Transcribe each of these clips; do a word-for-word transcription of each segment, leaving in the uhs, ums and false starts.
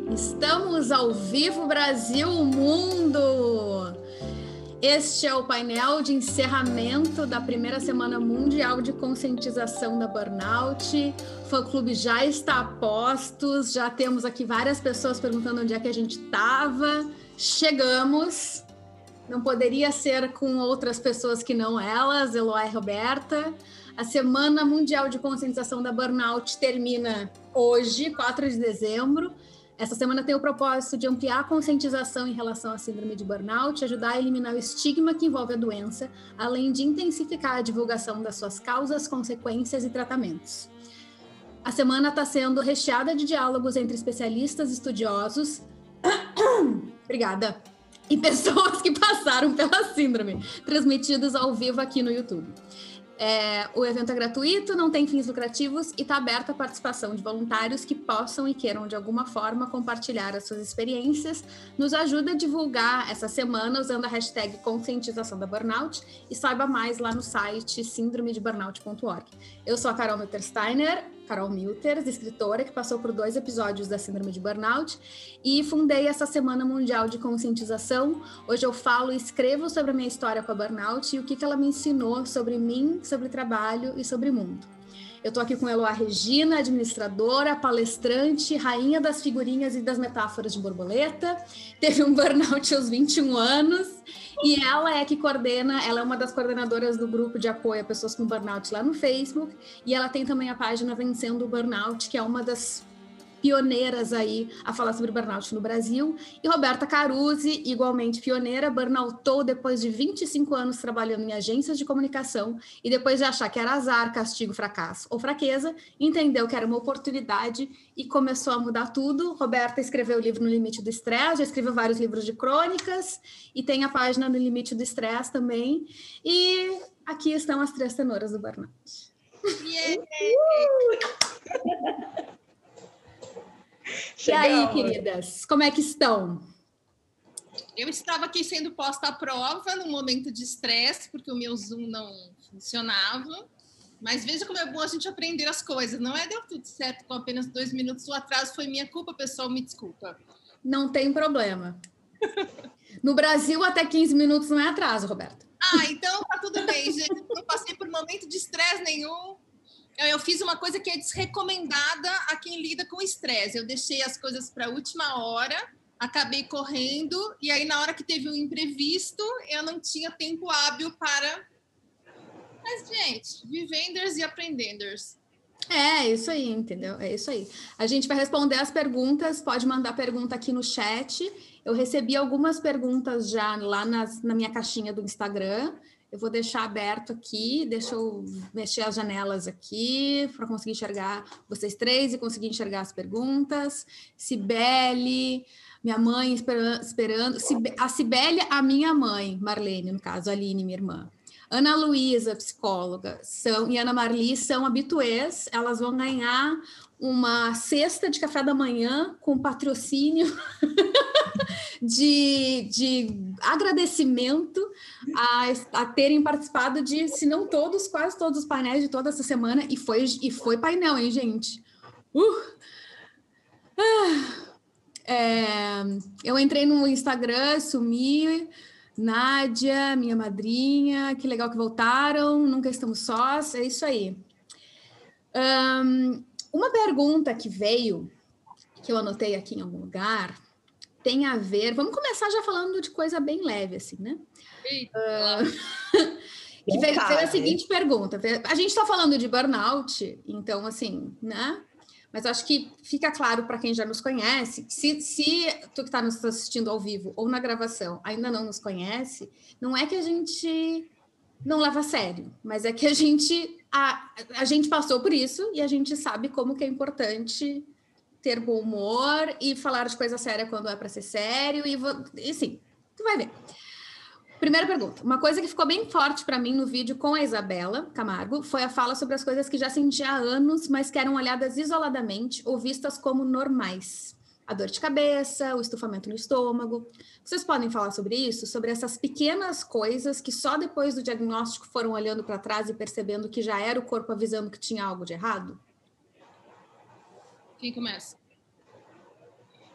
Estamos ao vivo, Brasil, mundo! Este é o painel de encerramento da primeira Semana Mundial de Conscientização da Burnout. O fã-clube já está a postos, já temos aqui várias pessoas perguntando onde é que a gente estava. Chegamos, não poderia ser com outras pessoas que não elas, Eloá e Roberta. A Semana Mundial de Conscientização da Burnout termina hoje, quatro de dezembro. Essa semana tem o propósito de ampliar a conscientização em relação à síndrome de burnout, ajudar a eliminar o estigma que envolve a doença, além de intensificar a divulgação das suas causas, consequências e tratamentos. A semana está sendo recheada de diálogos entre especialistas, estudiosos, obrigada, e pessoas que passaram pela síndrome, transmitidos ao vivo aqui no YouTube. É, o evento é gratuito, não tem fins lucrativos e está aberto à participação de voluntários que possam e queiram de alguma forma compartilhar as suas experiências. Nos ajuda a divulgar essa semana usando a hashtag conscientização da burnout e saiba mais lá no site síndrome de burnout ponto org. Eu sou a Carol Miltersteiner, Carol Milters, escritora que passou por dois episódios da síndrome de burnout e fundei essa Semana Mundial de Conscientização. Hoje eu falo e escrevo sobre a minha história com a burnout e o que, que ela me ensinou sobre mim, sobre trabalho e sobre mundo. Eu tô aqui com a Eloá Regina, administradora, palestrante, rainha das figurinhas e das metáforas de borboleta. Teve um burnout aos vinte e um anos e ela é que coordena, ela é uma das coordenadoras do grupo de apoio a pessoas com burnout lá no Facebook e ela tem também a página Vencendo o Burnout, que é uma das pioneiras aí a falar sobre burnout no Brasil, e Roberta Caruzzi, igualmente pioneira, burnoutou depois de vinte e cinco anos trabalhando em agências de comunicação e depois de achar que era azar, castigo, fracasso ou fraqueza, entendeu que era uma oportunidade e começou a mudar tudo. Roberta escreveu o livro No Limite do Estresse, já escreveu vários livros de crônicas e tem a página No Limite do Estresse também, e aqui estão as três tenouras do burnout. Yeah! E aí, queridas, como é que estão? Eu estava aqui sendo posta à prova no momento de estresse, porque o meu Zoom não funcionava. Mas veja como é bom a gente aprender as coisas. Não é deu tudo certo com apenas dois minutos. O atraso foi minha culpa, pessoal, me desculpa. Não tem problema. No Brasil, até quinze minutos não é atraso, Roberta. Ah, então tá tudo bem, gente. Eu não passei por momento de estresse nenhum. Eu fiz uma coisa que é desrecomendada a quem lida com estresse. Eu deixei as coisas para a última hora, acabei correndo, e aí na hora que teve um imprevisto, eu não tinha tempo hábil para... Mas, gente, vivenders e aprendenders. É, isso aí, entendeu? É isso aí. A gente vai responder as perguntas, pode mandar pergunta aqui no chat. Eu recebi algumas perguntas já lá nas, na minha caixinha do Instagram. Eu vou deixar aberto aqui, deixa eu mexer as janelas aqui para conseguir enxergar vocês três e conseguir enxergar as perguntas. Cibele, minha mãe esperando, esperando. A Cibele, a minha mãe, Marlene, no caso, a Aline, minha irmã. Ana Luísa, psicóloga, são, e Ana Marli são habituês, elas vão ganhar uma cesta de café da manhã com patrocínio de, de agradecimento a, a terem participado de, se não todos, quase todos os painéis de toda essa semana, e foi, e foi painel, hein, gente? Uh! Ah! É, eu entrei no Instagram, sumi... Nádia, minha madrinha, que legal que voltaram, nunca estamos sós, é isso aí. Um, uma pergunta que veio, que eu anotei aqui em algum lugar, tem a ver... Vamos começar já falando de coisa bem leve, assim, né? Uh, que veio, veio a seguinte pergunta. A gente está falando de burnout, então, assim, né? Mas acho que fica claro para quem já nos conhece, se, se tu que está nos assistindo ao vivo ou na gravação ainda não nos conhece, não é que a gente não leva a sério, mas é que a gente, a, a gente passou por isso e a gente sabe como que é importante ter bom humor e falar de coisa séria quando é para ser sério, e, e sim, tu vai ver. Primeira pergunta. Uma coisa que ficou bem forte para mim no vídeo com a Isabela Camargo foi a fala sobre as coisas que já sentia há anos, mas que eram olhadas isoladamente ou vistas como normais. A dor de cabeça, o estufamento no estômago. Vocês podem falar sobre isso? Sobre essas pequenas coisas que só depois do diagnóstico foram olhando para trás e percebendo que já era o corpo avisando que tinha algo de errado? Quem começa?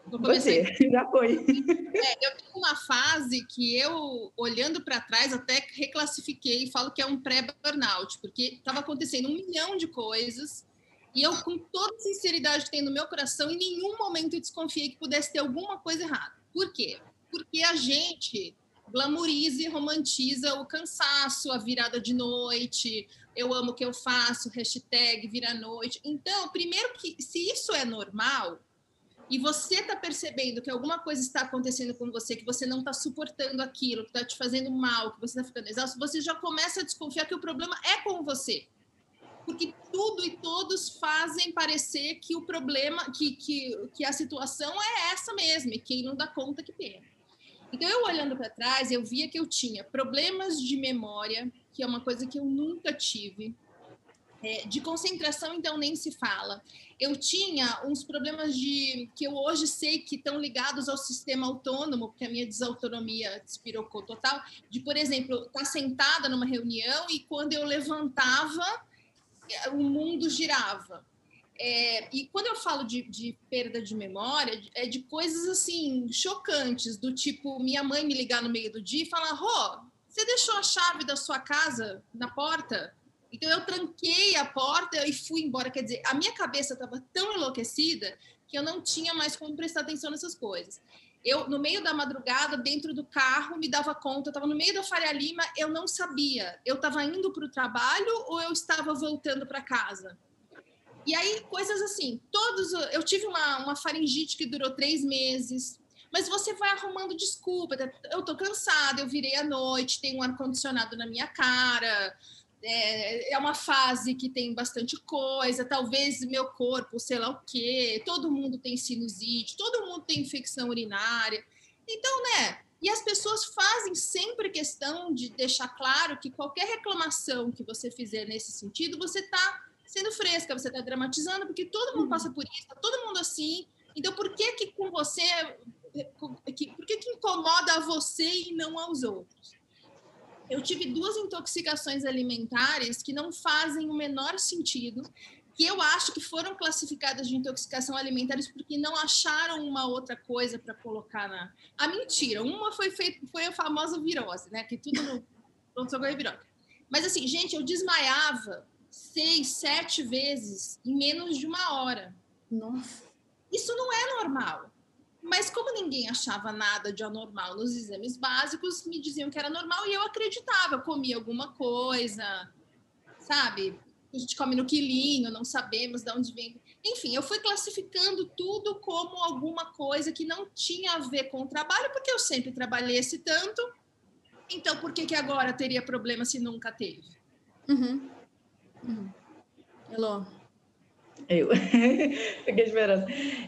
Vou começar. Você, já foi. É, eu tenho uma fase que eu, olhando para trás, até reclassifiquei e falo que é um pré-burnout, porque estava acontecendo um milhão de coisas e eu, com toda a sinceridade que tem no meu coração, em nenhum momento eu desconfiei que pudesse ter alguma coisa errada. Por quê? Porque a gente glamoriza e romantiza o cansaço, a virada de noite, eu amo o que eu faço, hashtag vira noite. Então, primeiro que, se isso é normal, e você está percebendo que alguma coisa está acontecendo com você, que você não está suportando aquilo, que está te fazendo mal, que você está ficando exausto, você já começa a desconfiar que o problema é com você. Porque tudo e todos fazem parecer que o problema, que, que, que a situação é essa mesmo, e quem não dá conta que pena. Então, eu olhando para trás, eu via que eu tinha problemas de memória, que é uma coisa que eu nunca tive. É, de concentração, então, nem se fala. Eu tinha uns problemas de que eu hoje sei que estão ligados ao sistema autônomo, porque a minha desautonomia despirocou total, de, por exemplo, estar sentada numa reunião e quando eu levantava, o mundo girava. É, e quando eu falo de, de perda de memória, é de coisas assim chocantes, do tipo minha mãe me ligar no meio do dia e falar: Rô, você deixou a chave da sua casa na porta? Então eu tranquei a porta e fui embora. Quer dizer, a minha cabeça estava tão enlouquecida que eu não tinha mais como prestar atenção nessas coisas. Eu, no meio da madrugada, dentro do carro, me dava conta, eu estava no meio da Faria Lima, eu não sabia. Eu estava indo para o trabalho ou eu estava voltando para casa? E aí, coisas assim, todos... Eu tive uma, uma faringite que durou três meses, mas você vai arrumando desculpa. Eu tô cansada, eu virei à noite, tem um ar-condicionado na minha cara, é, é uma fase que tem bastante coisa, talvez meu corpo, sei lá o quê, todo mundo tem sinusite, todo mundo tem infecção urinária. Então, né... E as pessoas fazem sempre questão de deixar claro que qualquer reclamação que você fizer nesse sentido, você está sendo fresca, você está dramatizando, porque todo mundo passa por isso, tá todo mundo assim. Então, por que que com você, por que que incomoda a você e não aos outros? Eu tive duas intoxicações alimentares que não fazem o menor sentido, que eu acho que foram classificadas de intoxicação alimentares porque não acharam uma outra coisa para colocar na... Ah, mentira! Uma foi, feita, foi a famosa virose, né? Que tudo no pronto-socorro é virose. Mas assim, gente, eu desmaiava seis, sete vezes em menos de uma hora. Nossa. Isso não é normal. Mas como ninguém achava nada de anormal nos exames básicos, me diziam que era normal e eu acreditava. Eu comia alguma coisa, sabe? A gente come no quilinho, não sabemos de onde vem. Enfim, eu fui classificando tudo como alguma coisa que não tinha a ver com o trabalho, porque eu sempre trabalhei esse tanto. Então, por que que agora teria problema se nunca teve? Uhum. Uhum. Elô? Eu. Fiquei esperando.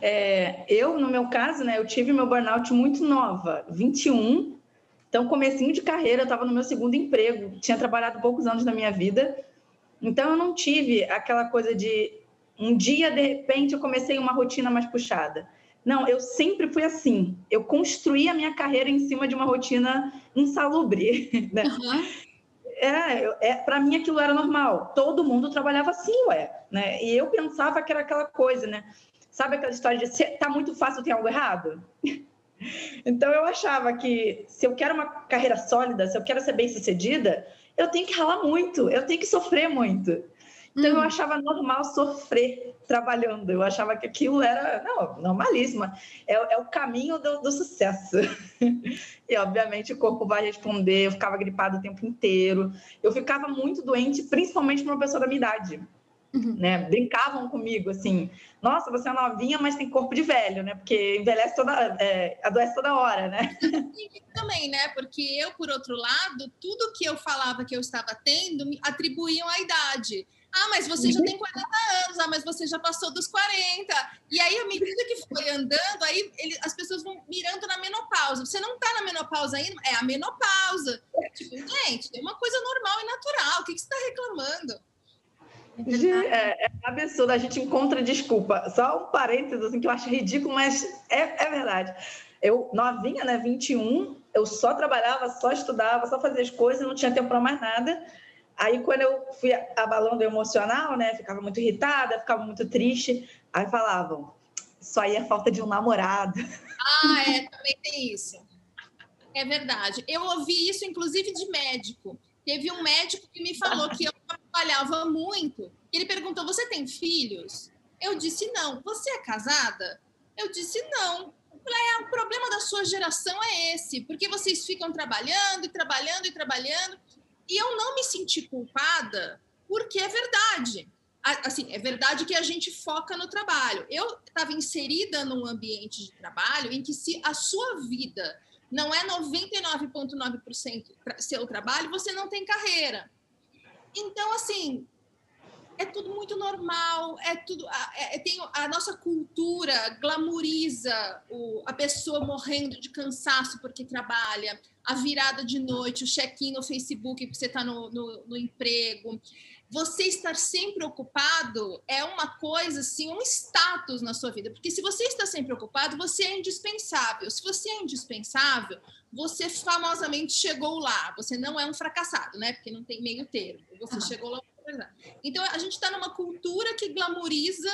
É, eu, no meu caso, né, eu tive meu burnout muito nova, vinte e um. Então, comecinho de carreira, eu estava no meu segundo emprego. Tinha trabalhado poucos anos na minha vida. Então, eu não tive aquela coisa de... Um dia, de repente, eu comecei uma rotina mais puxada. Não, eu sempre fui assim. Eu construí a minha carreira em cima de uma rotina insalubre, né? Uhum. É, é, para mim aquilo era normal, todo mundo trabalhava assim, ué, né? E eu pensava que era aquela coisa, né? Sabe aquela história de se tá muito fácil, tem algo errado? Então eu achava que se eu quero uma carreira sólida, se eu quero ser bem-sucedida, eu tenho que ralar muito, eu tenho que sofrer muito. Então Hum. eu achava normal sofrer trabalhando, eu achava que aquilo era não, normalíssimo, é, é o caminho do, do sucesso. E obviamente o corpo vai responder, eu ficava gripada o tempo inteiro, eu ficava muito doente, principalmente para uma pessoa da minha idade. Uhum. Né? Brincavam comigo assim, nossa, você é novinha, mas tem corpo de velho, né? Porque envelhece toda, é, adoece toda hora, né? Também, né? Porque eu, por outro lado, tudo que eu falava que eu estava tendo, me atribuíam à idade. Ah, mas você já tem quarenta anos, ah, mas você já passou dos quarenta. E aí, à medida que foi andando, aí ele, as pessoas vão mirando na menopausa. Você não está na menopausa ainda? É a menopausa. Tipo, gente, é uma coisa normal e natural. O que, que você está reclamando? É, é absurdo, a gente encontra desculpa. Só um parênteses assim, que eu acho ridículo, mas é, é verdade. Eu, novinha, né, vinte e um, eu só trabalhava, só estudava, só fazia as coisas, não tinha tempo para mais nada. Aí, quando eu fui abalando o emocional, né, ficava muito irritada, ficava muito triste, aí falavam, isso aí é falta de um namorado. Ah, é, também tem isso. É verdade. Eu ouvi isso, inclusive, de médico. Teve um médico que me falou que eu trabalhava muito. Ele perguntou, você tem filhos? Eu disse, não. Você é casada? Eu disse, não. Eu falei, é, o problema da sua geração é esse, porque vocês ficam trabalhando e trabalhando e trabalhando. E eu não me senti culpada, porque é verdade. Assim, é verdade que a gente foca no trabalho. Eu estava inserida num ambiente de trabalho em que se a sua vida não é noventa e nove vírgula nove por cento seu trabalho, você não tem carreira. Então, assim, é tudo muito normal, é tudo, é, é, tem, a nossa cultura glamouriza o, a pessoa morrendo de cansaço porque trabalha, a virada de noite, o check-in no Facebook porque você está no, no, no emprego. Você estar sempre ocupado é uma coisa, assim, um status na sua vida, porque se você está sempre ocupado, você é indispensável. Se você é indispensável, você famosamente chegou lá, você não é um fracassado, né? Porque não tem meio termo, você ah. chegou lá. Então, a gente está numa cultura que glamouriza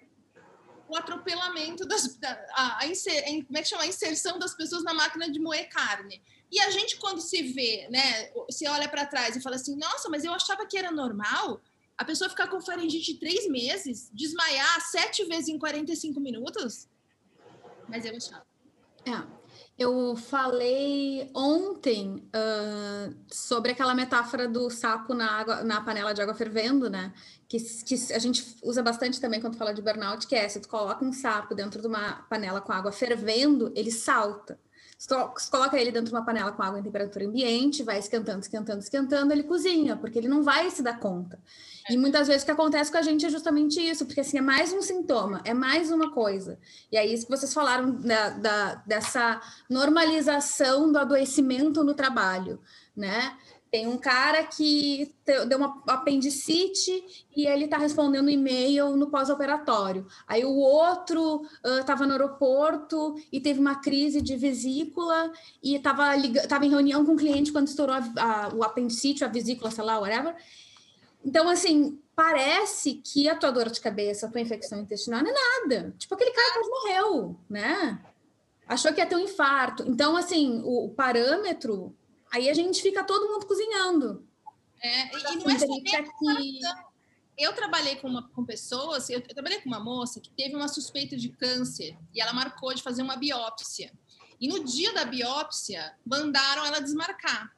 o atropelamento, das, a, a, inser, como é que chama? A inserção das pessoas na máquina de moer carne. E a gente, quando se vê, né, se olha para trás e fala assim, nossa, mas eu achava que era normal a pessoa ficar com faringite três meses, desmaiar sete vezes em quarenta e cinco minutos, mas eu achava. É. Eu falei ontem uh, sobre aquela metáfora do sapo na, água, na panela de água fervendo, né? Que, que a gente usa bastante também quando fala de burnout, que é se tu coloca um sapo dentro de uma panela com água fervendo, ele salta. Se tu coloca ele dentro de uma panela com água em temperatura ambiente, vai esquentando, esquentando, esquentando, ele cozinha, porque ele não vai se dar conta. E muitas vezes o que acontece com a gente é justamente isso, porque assim, é mais um sintoma, é mais uma coisa. E é isso que vocês falaram da, da, dessa normalização do adoecimento no trabalho, né? Tem um cara que deu uma apendicite e ele está respondendo e-mail no pós-operatório. Aí o outro estava uh, no aeroporto e teve uma crise de vesícula e estava em reunião com o cliente quando estourou a, a, o apendicite, a vesícula, sei lá, whatever. Então, assim, parece que a tua dor de cabeça, a tua infecção intestinal não é nada. Tipo, aquele cara quase morreu, né? Achou que ia ter um infarto. Então, assim, o, o parâmetro... Aí a gente fica todo mundo cozinhando. É, e não é só que... Eu trabalhei com, uma, com pessoas, eu, eu trabalhei com uma moça que teve uma suspeita de câncer e ela marcou de fazer uma biópsia. E no dia da biópsia, mandaram ela desmarcar.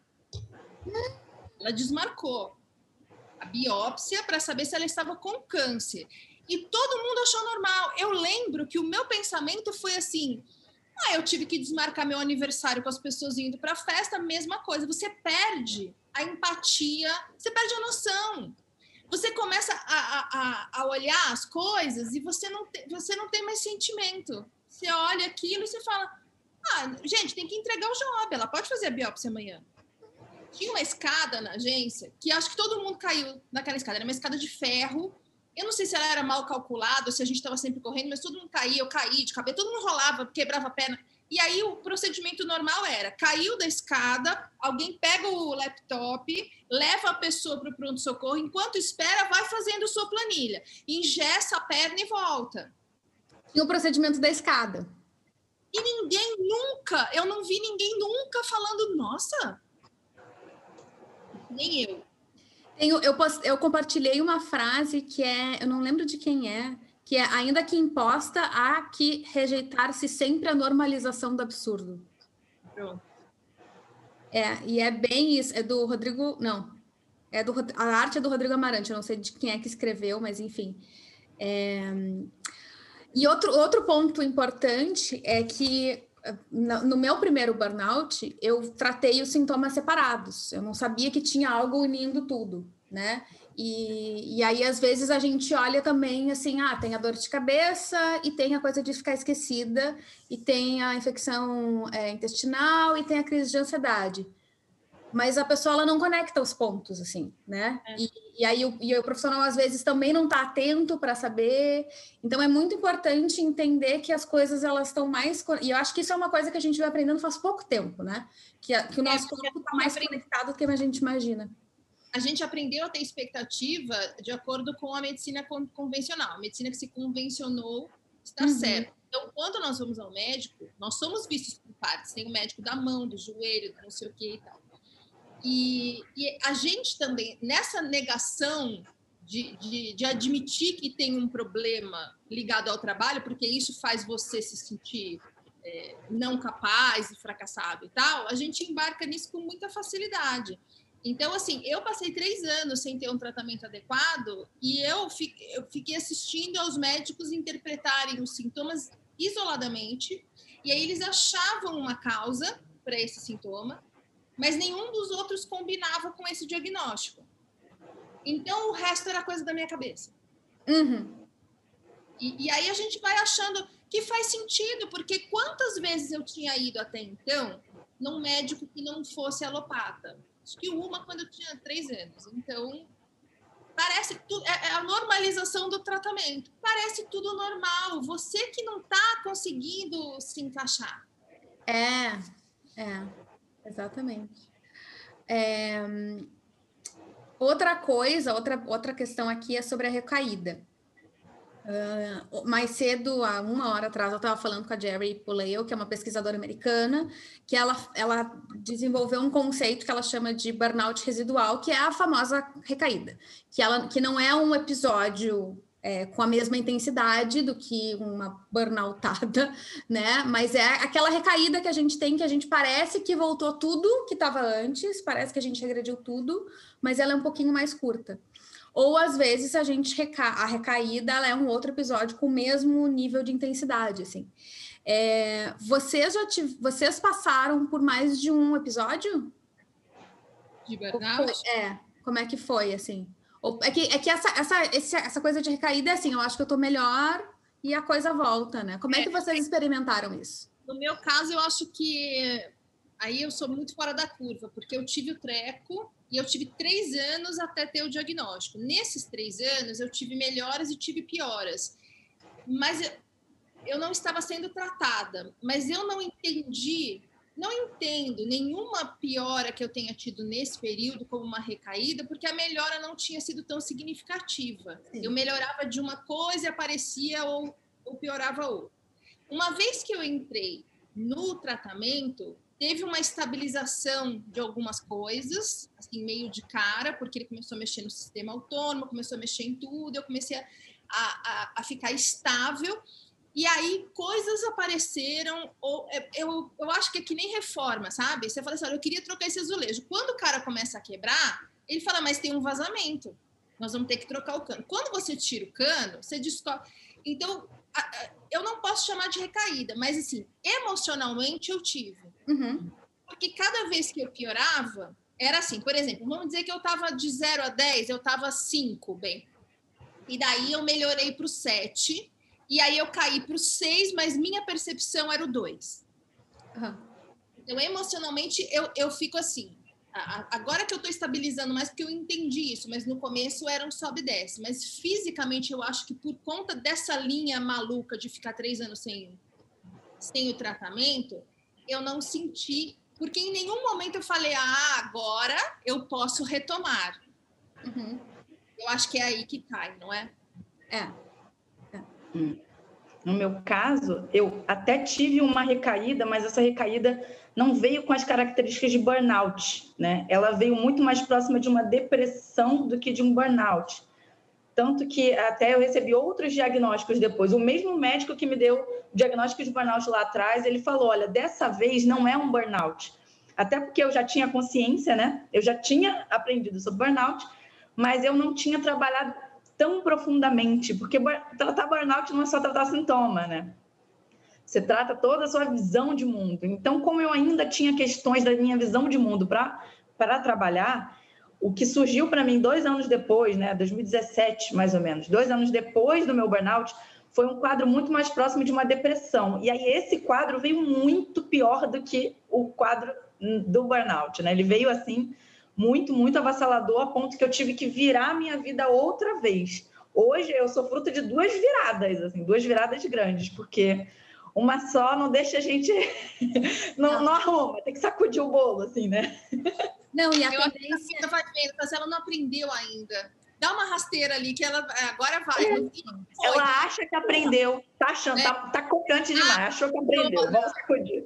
Ela desmarcou a biópsia para saber se ela estava com câncer. E todo mundo achou normal. Eu lembro que o meu pensamento foi assim... Ah, eu tive que desmarcar meu aniversário com as pessoas indo para a festa, mesma coisa. Você perde a empatia, você perde a noção. Você começa a, a, a olhar as coisas e você não, te, você não tem mais sentimento. Você olha aquilo e você fala, ah, gente, tem que entregar o job, ela pode fazer a biópsia amanhã. Tinha uma escada na agência que acho que todo mundo caiu naquela escada. Era uma escada de ferro. Eu não sei se ela era mal calculada, se a gente estava sempre correndo, mas todo mundo caía, eu caí de cabelo, todo mundo rolava, quebrava a perna. E aí o procedimento normal era, caiu da escada, alguém pega o laptop, leva a pessoa para o pronto-socorro, enquanto espera, vai fazendo sua planilha. Engessa a perna e volta. E o procedimento da escada? E ninguém nunca, eu não vi ninguém nunca falando, nossa, nem eu. Eu, eu, post, eu compartilhei uma frase que é, eu não lembro de quem é, que é ainda que imposta, há que rejeitar-se sempre a normalização do absurdo. Pronto. É, e é bem isso, é do Rodrigo, não, é do, a arte é do Rodrigo Amarante, eu não sei de quem é que escreveu, mas enfim. É, e outro, outro ponto importante é que no meu primeiro burnout, eu tratei os sintomas separados. Eu não sabia que tinha algo unindo tudo, né? E, e aí, às vezes, a gente olha também assim, ah, tem a dor de cabeça e tem a coisa de ficar esquecida e tem a infecção é, intestinal e tem a crise de ansiedade. Mas a pessoa, ela não conecta os pontos, assim, né? É. E, e aí o, e o profissional, às vezes, também não está atento para saber. Então, é muito importante entender que as coisas, elas estão mais... E eu acho que isso é uma coisa que a gente vai aprendendo faz pouco tempo, né? Que, a, que o nosso é, corpo está mais aprend... conectado do que a gente imagina. A gente aprendeu a ter expectativa de acordo com a medicina convencional. A medicina que se convencionou está uhum. certa. Então, quando nós vamos ao médico, nós somos vistos por partes. Tem o médico da mão, do joelho, não sei o que e tal. E, e a gente também, nessa negação de, de, de admitir que tem um problema ligado ao trabalho, porque isso faz você se sentir é, não capaz e fracassado e tal, a gente embarca nisso com muita facilidade. Então, assim, eu passei três anos sem ter um tratamento adequado e eu fiquei, eu fiquei assistindo aos médicos interpretarem os sintomas isoladamente, e aí eles achavam uma causa para esse sintoma, mas nenhum dos outros combinava com esse diagnóstico. Então, o resto era coisa da minha cabeça. Uhum. E, e aí a gente vai achando que faz sentido, porque quantas vezes eu tinha ido até então num médico que não fosse alopata? Acho que uma quando eu tinha três anos. Então, parece tudo, é a normalização do tratamento. Parece tudo normal. Você que não está conseguindo se encaixar. É, é, exatamente. É, outra coisa, outra, outra questão aqui é sobre a recaída. Uh, mais cedo, há uma hora atrás, eu estava falando com a Jerry Puleo, que é uma pesquisadora americana, que ela, ela desenvolveu um conceito que ela chama de burnout residual, que é a famosa recaída, que, ela, que não é um episódio é, com a mesma intensidade do que uma burnoutada, né? Mas é aquela recaída que a gente tem, que a gente parece que voltou tudo que estava antes, parece que a gente regrediu tudo, mas ela é um pouquinho mais curta. Ou, às vezes, a gente reca... a recaída ela é um outro episódio com o mesmo nível de intensidade, assim. É... Vocês, já tiv... Vocês passaram por mais de um episódio? De burnout? É, como é que foi, assim? É que, é que essa, essa, essa coisa de recaída é assim, eu acho que eu tô melhor e a coisa volta, né? Como é que vocês experimentaram isso? No meu caso, eu acho que aí eu sou muito fora da curva, porque eu tive o treco e eu tive três anos até ter o diagnóstico. Nesses três anos, eu tive melhoras e tive pioras. Mas eu, eu não estava sendo tratada. Mas eu não entendi, não entendo nenhuma piora que eu tenha tido nesse período como uma recaída, porque a melhora não tinha sido tão significativa. Sim. Eu melhorava de uma coisa e aparecia ou, ou piorava outra. Uma vez que eu entrei no tratamento, teve uma estabilização de algumas coisas, assim, meio de cara, porque ele começou a mexer no sistema autônomo, começou a mexer em tudo, eu comecei a, a, a ficar estável, e aí coisas apareceram, ou, eu, eu acho que é que nem reforma, sabe? Você fala assim, olha, eu queria trocar esse azulejo. Quando o cara começa a quebrar, ele fala, mas tem um vazamento, nós vamos ter que trocar o cano. Quando você tira o cano, você descobre... Então, eu não posso chamar de recaída, mas, assim, emocionalmente eu tive. Uhum. Porque cada vez que eu piorava, era assim, por exemplo, vamos dizer que eu estava de zero a dez, eu estava cinco, bem. E daí eu melhorei para o sete, e aí eu caí para o seis, mas minha percepção era o dois. Uhum. Então, emocionalmente, eu, eu fico assim. Agora que eu estou estabilizando mais, porque eu entendi isso, mas no começo era um sobe e desce. Mas fisicamente, eu acho que por conta dessa linha maluca de ficar três anos sem, sem o tratamento, eu não senti, porque em nenhum momento eu falei, ah, agora eu posso retomar. Uhum. Eu acho que é aí que cai, não é? É. é. Hum. No meu caso, eu até tive uma recaída, mas essa recaída não veio com as características de burnout, né? Ela veio muito mais próxima de uma depressão do que de um burnout. Tanto que até eu recebi outros diagnósticos depois. O mesmo médico que me deu o diagnóstico de burnout lá atrás, ele falou, olha, dessa vez não é um burnout. Até porque eu já tinha consciência, né? Eu já tinha aprendido sobre burnout, mas eu não tinha trabalhado tão profundamente, porque tratar burnout não é só tratar sintoma, né? Você trata toda a sua visão de mundo. Então, como eu ainda tinha questões da minha visão de mundo para para trabalhar, o que surgiu para mim dois anos depois, né, dois mil e dezessete, mais ou menos, dois anos depois do meu burnout, foi um quadro muito mais próximo de uma depressão. E aí esse quadro veio muito pior do que o quadro do burnout, né? Ele veio assim muito, muito avassalador, a ponto que eu tive que virar a minha vida outra vez. Hoje eu sou fruto de duas viradas, assim, duas viradas grandes, porque uma só não deixa a gente... não, não arruma, tem que sacudir o bolo, assim, né? Não, e a eu tendência... Acho que vai vendo, mas ela não aprendeu ainda. dá uma rasteira ali, que ela agora vai. É. Ela acha que aprendeu, tá achando, é. tá, tá crocante demais, achou que aprendeu, vamos sacudir.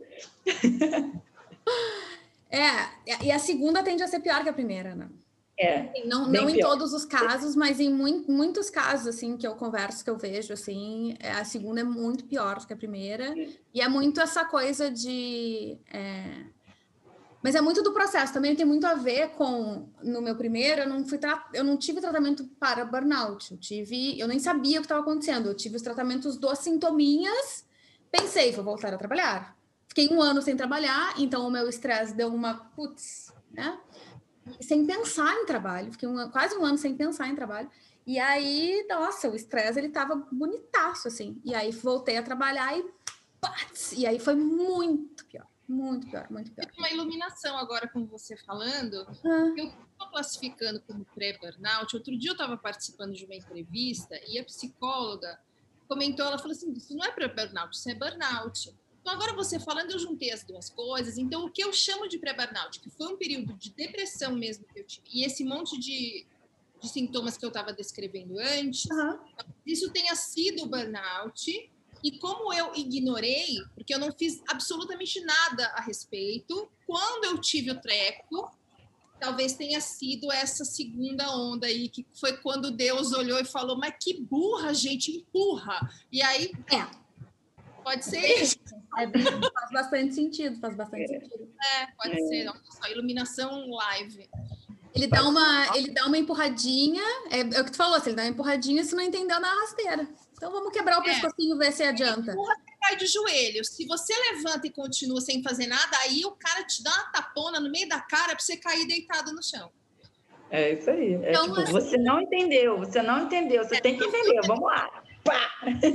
É, e a segunda tende a ser pior que a primeira, né? É, não não em todos os casos, mas em muito, muitos casos, assim, que eu converso, que eu vejo, assim, a segunda é muito pior do que a primeira. E é muito essa coisa de... É... Mas é muito do processo, também tem muito a ver com... No meu primeiro, eu não, fui tra... eu não tive tratamento para burnout. Eu tive... Eu nem sabia o que estava acontecendo. Eu tive os tratamentos dos sintominhas, pensei, vou voltar a trabalhar. Fiquei um ano sem trabalhar, então o meu estresse deu uma... Putz, né? Sem pensar em trabalho, fiquei um, quase um ano sem pensar em trabalho, e aí, nossa, o estresse, ele tava bonitaço, assim, e aí voltei a trabalhar e pats, e aí foi muito pior, muito pior, muito pior. Uma iluminação agora com você falando, ah. eu estou classificando como pré-burnout. Outro dia eu estava participando de uma entrevista e a psicóloga comentou, ela falou assim, isso não é pré-burnout, isso é burnout. Então, agora você falando, eu juntei as duas coisas. Então, o que eu chamo de pré-burnout, que foi um período de depressão mesmo que eu tive, e esse monte de, de sintomas que eu estava descrevendo antes, uhum. isso tenha sido o burnout. E como eu ignorei, porque eu não fiz absolutamente nada a respeito, quando eu tive o treco, talvez tenha sido essa segunda onda aí, que foi quando Deus olhou e falou, mas que burra, gente, empurra. E aí... É. Pode ser isso. É bem, faz bastante sentido, faz bastante é. sentido. É, pode é. ser. Olha só, iluminação live. Ele dá uma, ele dá uma empurradinha, é, é o que tu falou, se ele dá uma empurradinha, se não entendeu na rasteira. Então vamos quebrar o é. pescocinho, ver se adianta. Empurra, você cai de joelho. Se você levanta e continua sem fazer nada, aí o cara te dá uma tapona no meio da cara para você cair deitado no chão. É isso aí. É então, tipo, assim, você não entendeu, você não entendeu, você é. tem que entender, vamos lá. Pá!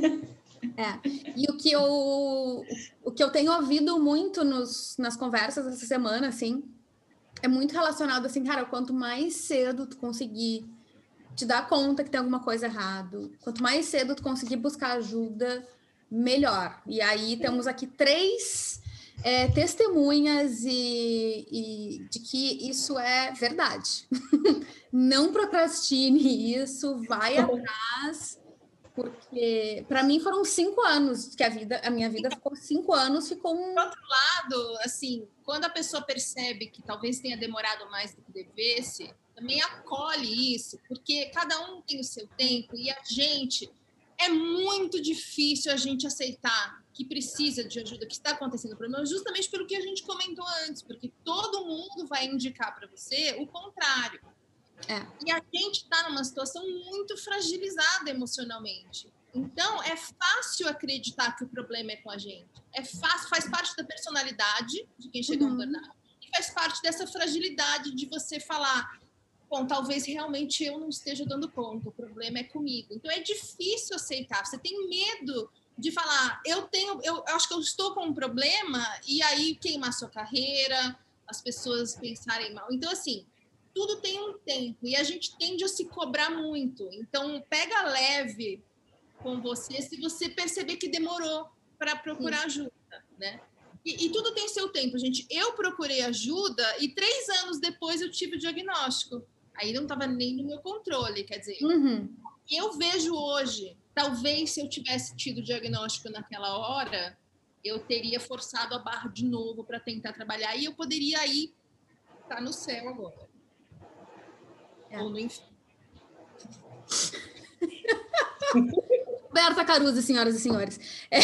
É, e o que eu, o que eu tenho ouvido muito nos, nas conversas essa semana, assim, é muito relacionado, assim, cara, quanto mais cedo tu conseguir te dar conta que tem alguma coisa errado, quanto mais cedo tu conseguir buscar ajuda, melhor. E aí temos aqui três é, testemunhas e, e de que isso é verdade. Não procrastine isso, vai atrás... Porque, para mim, foram cinco anos que a vida, a minha vida ficou cinco anos, ficou um... Por outro lado, assim, quando a pessoa percebe que talvez tenha demorado mais do que devesse, também acolhe isso, porque cada um tem o seu tempo e a gente... É muito difícil a gente aceitar que precisa de ajuda, que está acontecendo o problema, justamente pelo que a gente comentou antes, porque todo mundo vai indicar para você o contrário. É. E a gente está numa situação muito fragilizada emocionalmente. Então, é fácil acreditar que o problema é com a gente. É fácil, faz parte da personalidade de quem chega uhum. a um burnout. E faz parte dessa fragilidade de você falar, bom, talvez realmente eu não esteja dando conta, o problema é comigo. Então, é difícil aceitar. Você tem medo de falar, eu tenho, eu acho que eu estou com um problema, e aí queimar a sua carreira, as pessoas pensarem mal. Então, assim, tudo tem um tempo e a gente tende a se cobrar muito. Então, pega leve com você se você perceber que demorou para procurar Sim. ajuda, né? E, e tudo tem seu tempo, gente. Eu procurei ajuda e três anos depois eu tive o diagnóstico. Aí não estava nem no meu controle, quer dizer. Uhum. Eu vejo hoje, talvez se eu tivesse tido o diagnóstico naquela hora, eu teria forçado a barra de novo para tentar trabalhar e eu poderia ir estar no céu agora. É. Ou no inferno. Berta Caruso, senhoras e senhores. É.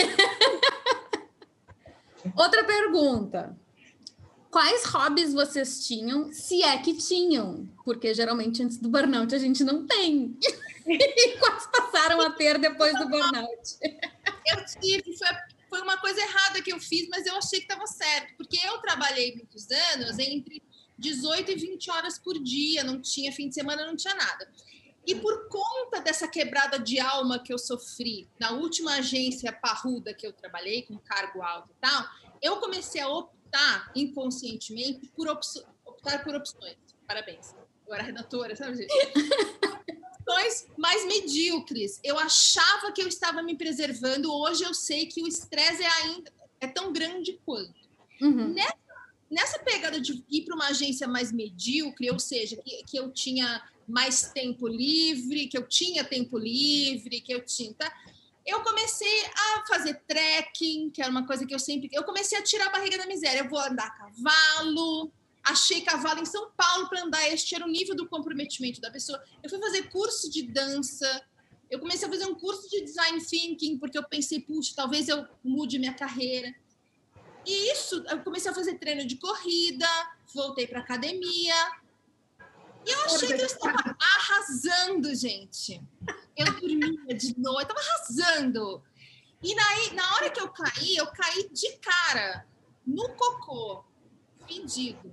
Outra pergunta. Quais hobbies vocês tinham, se é que tinham? Porque geralmente antes do burnout a gente não tem. E quais passaram a ter depois do burnout? Eu tive, foi, foi uma coisa errada que eu fiz, mas eu achei que estava certo. Porque eu trabalhei muitos anos entre dezoito e vinte horas por dia, não tinha fim de semana, não tinha nada. E por conta dessa quebrada de alma que eu sofri na última agência parruda que eu trabalhei, com cargo alto e tal, eu comecei a optar inconscientemente por opso- optar por opções. Parabéns. Eu era redatora, sabe, gente? Opções mais medíocres. Eu achava que eu estava me preservando, hoje eu sei que o estresse é ainda é tão grande quanto. Uhum. Nessa nessa pegada de ir para uma agência mais medíocre, ou seja, que, que eu tinha mais tempo livre, que eu tinha tempo livre, que eu tinha... Tá? Eu comecei a fazer trekking, que era uma coisa que eu sempre... Eu comecei a tirar a barriga da miséria. Eu vou andar a cavalo, achei cavalo em São Paulo para andar, este era o nível do comprometimento da pessoa. Eu fui fazer curso de dança, eu comecei a fazer um curso de design thinking, porque eu pensei, puxa, talvez eu mude minha carreira. E isso, eu comecei a fazer treino de corrida, voltei para academia, e eu achei que eu estava arrasando, gente. Eu dormia de noite, estava arrasando. E na, na hora que eu caí, eu caí de cara no cocô, fedido.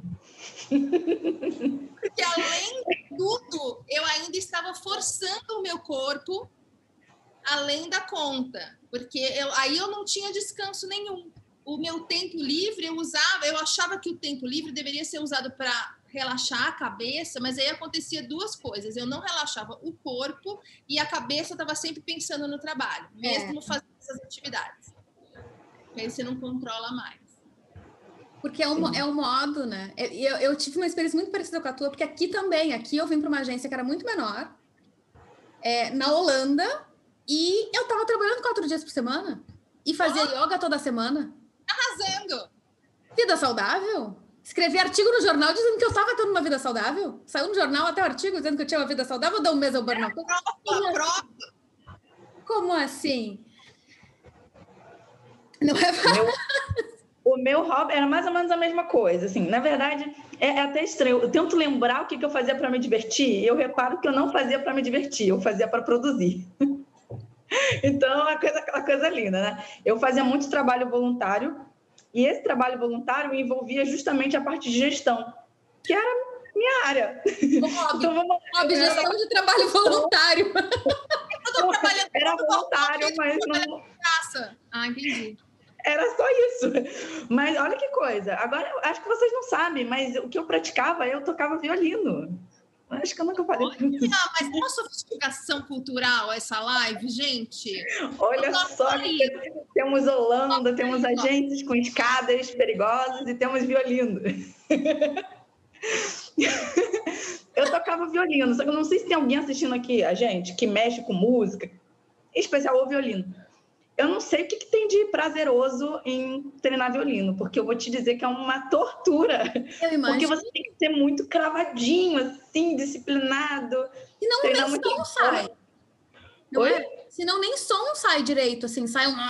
Porque, além de tudo, eu ainda estava forçando o meu corpo além da conta. Porque eu, aí eu não tinha descanso nenhum. O meu tempo livre, eu usava... Eu achava que o tempo livre deveria ser usado para relaxar a cabeça, mas aí acontecia duas coisas. Eu não relaxava o corpo e a cabeça estava sempre pensando no trabalho, mesmo é. fazendo essas atividades. Porque aí você não controla mais. Porque é um, é um modo, né? Eu, eu tive uma experiência muito parecida com a tua, porque aqui também, aqui eu vim para uma agência que era muito menor, é, na Holanda, e eu estava trabalhando quatro dias por semana e fazia oh. yoga toda semana. Arrasando! Vida saudável? Escrevi artigo no jornal dizendo que eu estava tendo uma vida saudável. Saiu no jornal até o artigo dizendo que eu tinha uma vida saudável. Eu dou um mês ao burnout. Prova, prova. Como assim? Não é meu, O meu hobby era mais ou menos a mesma coisa. Assim, na verdade, é, é até estranho. Eu tento lembrar o que, que eu fazia para me divertir. Eu reparo que eu não fazia para me divertir. Eu fazia para produzir. Então, a coisa, aquela coisa linda, né? Eu fazia muito trabalho voluntário. E esse trabalho voluntário envolvia justamente a parte de gestão, que era minha área. Hobby, então, vamos... hobby gestão era... de trabalho voluntário. Eu era voluntário, mas não... Ah, entendi. Era só isso. Mas olha que coisa. Agora, eu acho que vocês não sabem, mas o que eu praticava, eu tocava violino. Acho que eu nunca falei. Olha, mas uma sofisticação cultural essa live, gente. Olha só, que temos Holanda, temos agentes com escadas perigosas e temos violino. Eu tocava violino, só que eu não sei se tem alguém assistindo aqui, a gente, que mexe com música, em especial o violino. Eu não sei o que, que tem de prazeroso em treinar violino, porque eu vou te dizer que é uma tortura. Eu imagino. Porque você tem que ser muito cravadinho, assim, disciplinado. Senão nem som muito sai. Não é? Senão nem som sai direito, assim, sai um...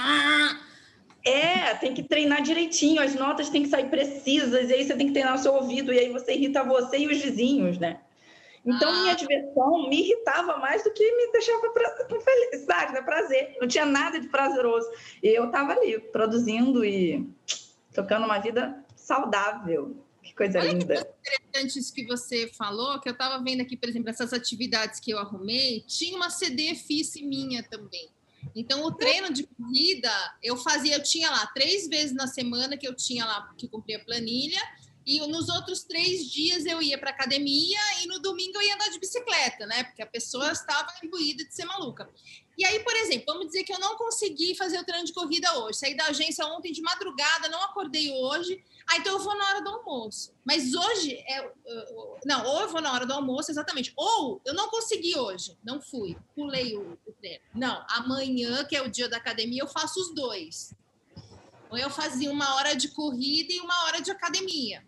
É, tem que treinar direitinho, as notas têm que sair precisas, e aí você tem que treinar o seu ouvido, e aí você irrita você e os vizinhos, né? Então, ah. minha diversão me irritava mais do que me deixava pra, com felicidade, né? Prazer. Não tinha nada de prazeroso. E eu estava ali, produzindo e tocando uma vida saudável. Que coisa Olha linda. Olha que interessante isso que você falou, que eu estava vendo aqui, por exemplo, essas atividades que eu arrumei, tinha uma C D F I C minha também. Então, o treino de corrida, eu fazia, eu tinha lá três vezes na semana que eu tinha lá, que cumpria a planilha, e nos outros três dias eu ia para academia e no domingo eu ia andar de bicicleta, né? Porque a pessoa estava imbuída de ser maluca. E aí, por exemplo, vamos dizer que eu não consegui fazer o treino de corrida hoje. Saí da agência ontem de madrugada, não acordei hoje. Ah, então eu vou na hora do almoço. Mas hoje, é, não, ou eu vou na hora do almoço, exatamente. Ou eu não consegui hoje, não fui, pulei o, o treino. Não, amanhã, que é o dia da academia, eu faço os dois. Ou eu fazia uma hora de corrida e uma hora de academia.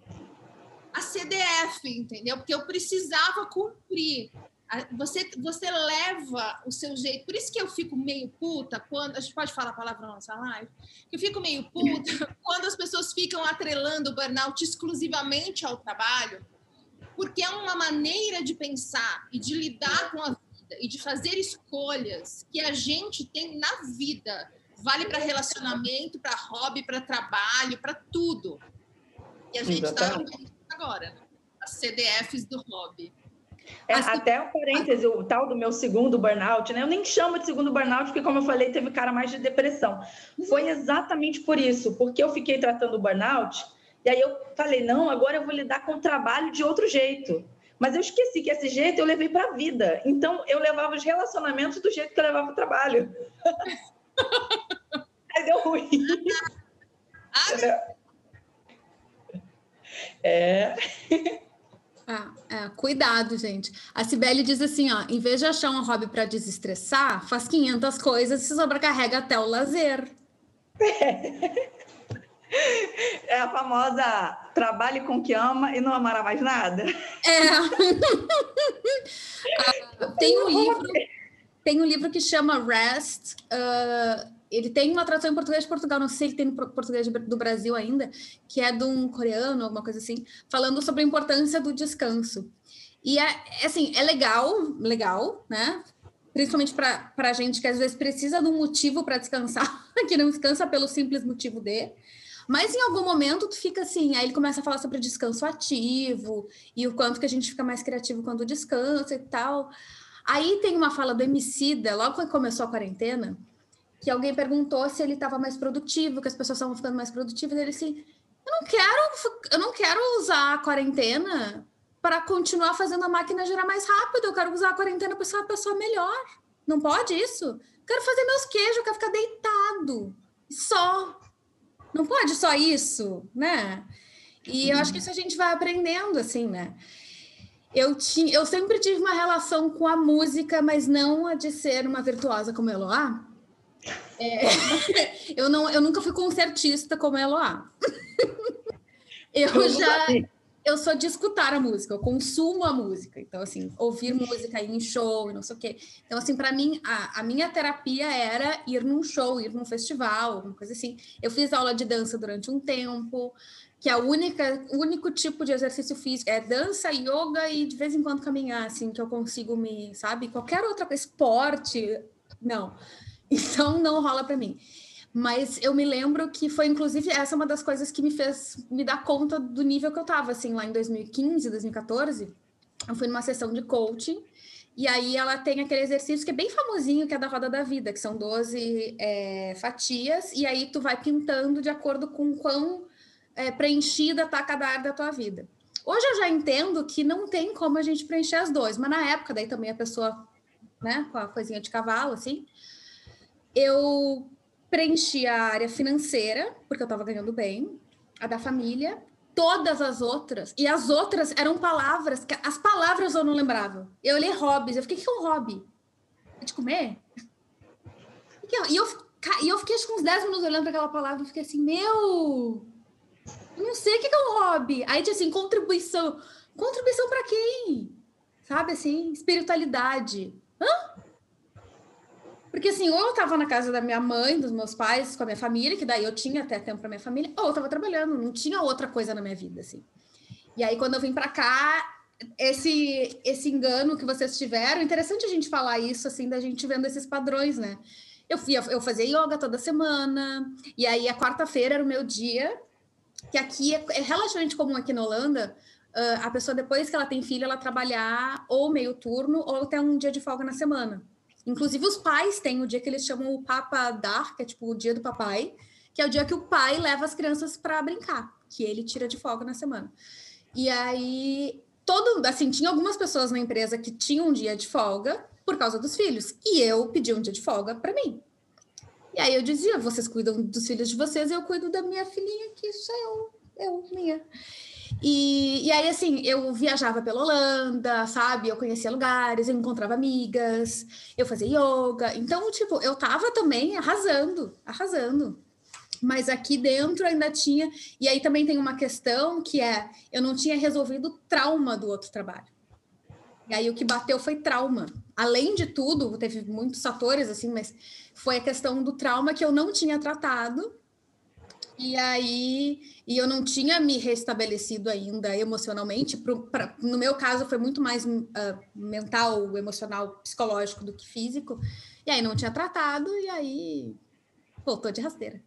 A C D F, entendeu? Porque eu precisava cumprir. Você, você leva o seu jeito. Por isso que eu fico meio puta quando... A gente pode falar palavrão nessa live? Eu fico meio puta quando as pessoas ficam atrelando o burnout exclusivamente ao trabalho, porque é uma maneira de pensar e de lidar com a vida e de fazer escolhas que a gente tem na vida. Vale para relacionamento, para hobby, para trabalho, para tudo. E a gente está agora, né? As C D Fs do hobby. É, até o parêntese, o tal do meu segundo burnout, né? Eu nem chamo de segundo burnout, porque, como eu falei, teve cara mais de depressão. Foi exatamente por isso, porque eu fiquei tratando o burnout, e aí eu falei, não, agora eu vou lidar com o trabalho de outro jeito. Mas eu esqueci que esse jeito eu levei para a vida. Então, eu levava os relacionamentos do jeito que eu levava o trabalho. Aí deu ruim. Ah, É. Ah, é, cuidado, gente. A Cibele diz assim, ó, em vez de achar um hobby para desestressar, faz quinhentas coisas e se sobrecarrega até o lazer. É a famosa trabalhe com o que ama e não amará mais nada. É. ah, tem um livro, tem um livro que chama Rest. Uh, ele tem uma tradução em português de Portugal, não sei se ele tem no português do Brasil ainda, que é de um coreano, alguma coisa assim, falando sobre a importância do descanso. E é assim, é legal, legal, né? Principalmente para a gente que às vezes precisa de um motivo para descansar, que não descansa pelo simples motivo de. Mas em algum momento tu fica assim, aí ele começa a falar sobre descanso ativo e o quanto que a gente fica mais criativo quando descansa e tal. Aí tem uma fala do Emicida, logo quando começou a quarentena, que alguém perguntou se ele estava mais produtivo, que as pessoas estavam ficando mais produtivas, e ele assim, eu não quero, eu não quero usar a quarentena para continuar fazendo a máquina girar mais rápido, eu quero usar a quarentena para ser uma pessoa melhor. Não pode isso? Eu quero fazer meus queijos, eu quero ficar deitado. Só. Não pode só isso, né? E eu acho que isso a gente vai aprendendo, assim, né? Eu, tinha, eu sempre tive uma relação com a música, mas não a de ser uma virtuosa como a Eloá. É, eu, não, eu nunca fui concertista como a Eloá. Eu já... Eu sou de escutar a música, eu consumo a música. Então, assim, ouvir música, ir em show e não sei o quê. Então, assim, para mim, a, a minha terapia era ir num show, ir num festival, alguma coisa assim. Eu fiz aula de dança durante um tempo, que é a única, o único tipo de exercício físico é dança, yoga e de vez em quando caminhar, assim, que eu consigo me, sabe? Qualquer outra coisa, esporte, não. Então, não rola para mim. Mas eu me lembro que foi, inclusive, essa uma das coisas que me fez me dar conta do nível que eu estava, assim, lá em dois mil e quinze, dois mil e quatorze, eu fui numa sessão de coaching, e aí ela tem aquele exercício que é bem famosinho, que é da roda da vida, que são doze é, fatias, e aí tu vai pintando de acordo com quão é, preenchida tá cada área da tua vida. Hoje eu já entendo que não tem como a gente preencher as doze, mas na época, daí também a pessoa, né, com a coisinha de cavalo, assim, eu preenchi a área financeira, porque eu estava ganhando bem, a da família, todas as outras, e as outras eram palavras, que as palavras eu não lembrava. Eu olhei hobbies, eu fiquei, o que é um hobby? É de comer? E eu, e eu fiquei acho que uns dez minutos olhando para aquela palavra e fiquei assim, meu, eu não sei o que é um hobby. Aí tinha assim, contribuição. Contribuição para quem? Sabe assim, espiritualidade. Hã? Porque assim, ou eu estava na casa da minha mãe, dos meus pais, com a minha família, que daí eu tinha até tempo para minha família, ou eu estava trabalhando, não tinha outra coisa na minha vida, assim. E aí, quando eu vim para cá, esse, esse engano que vocês tiveram, interessante a gente falar isso, assim, da gente vendo esses padrões, né? Eu, fui, eu fazia yoga toda semana, e aí a quarta-feira era o meu dia, que aqui é, é relativamente comum aqui na Holanda, uh, a pessoa, depois que ela tem filho, ela trabalhar ou meio turno, ou até um dia de folga na semana. Inclusive, os pais têm o dia que eles chamam o Papa Dar, que é tipo o dia do papai, que é o dia que o pai leva as crianças para brincar, que ele tira de folga na semana. E aí, todo, assim, tinha algumas pessoas na empresa que tinham um dia de folga por causa dos filhos, e eu pedi um dia de folga para mim. E aí eu dizia, vocês cuidam dos filhos de vocês, eu cuido da minha filhinha, que sou eu, eu, minha. E, e aí, assim, eu viajava pela Holanda, sabe? Eu conhecia lugares, eu encontrava amigas, eu fazia yoga. Então, tipo, eu tava também arrasando, arrasando. Mas aqui dentro ainda tinha... E aí também tem uma questão que é... Eu não tinha resolvido o trauma do outro trabalho. E aí o que bateu foi trauma. Além de tudo, teve muitos fatores, assim, mas foi a questão do trauma que eu não tinha tratado. E aí, e eu não tinha me restabelecido ainda emocionalmente. Pro, pra, no meu caso, foi muito mais uh, mental, emocional, psicológico do que físico. E aí não tinha tratado, e aí voltou de rasteira.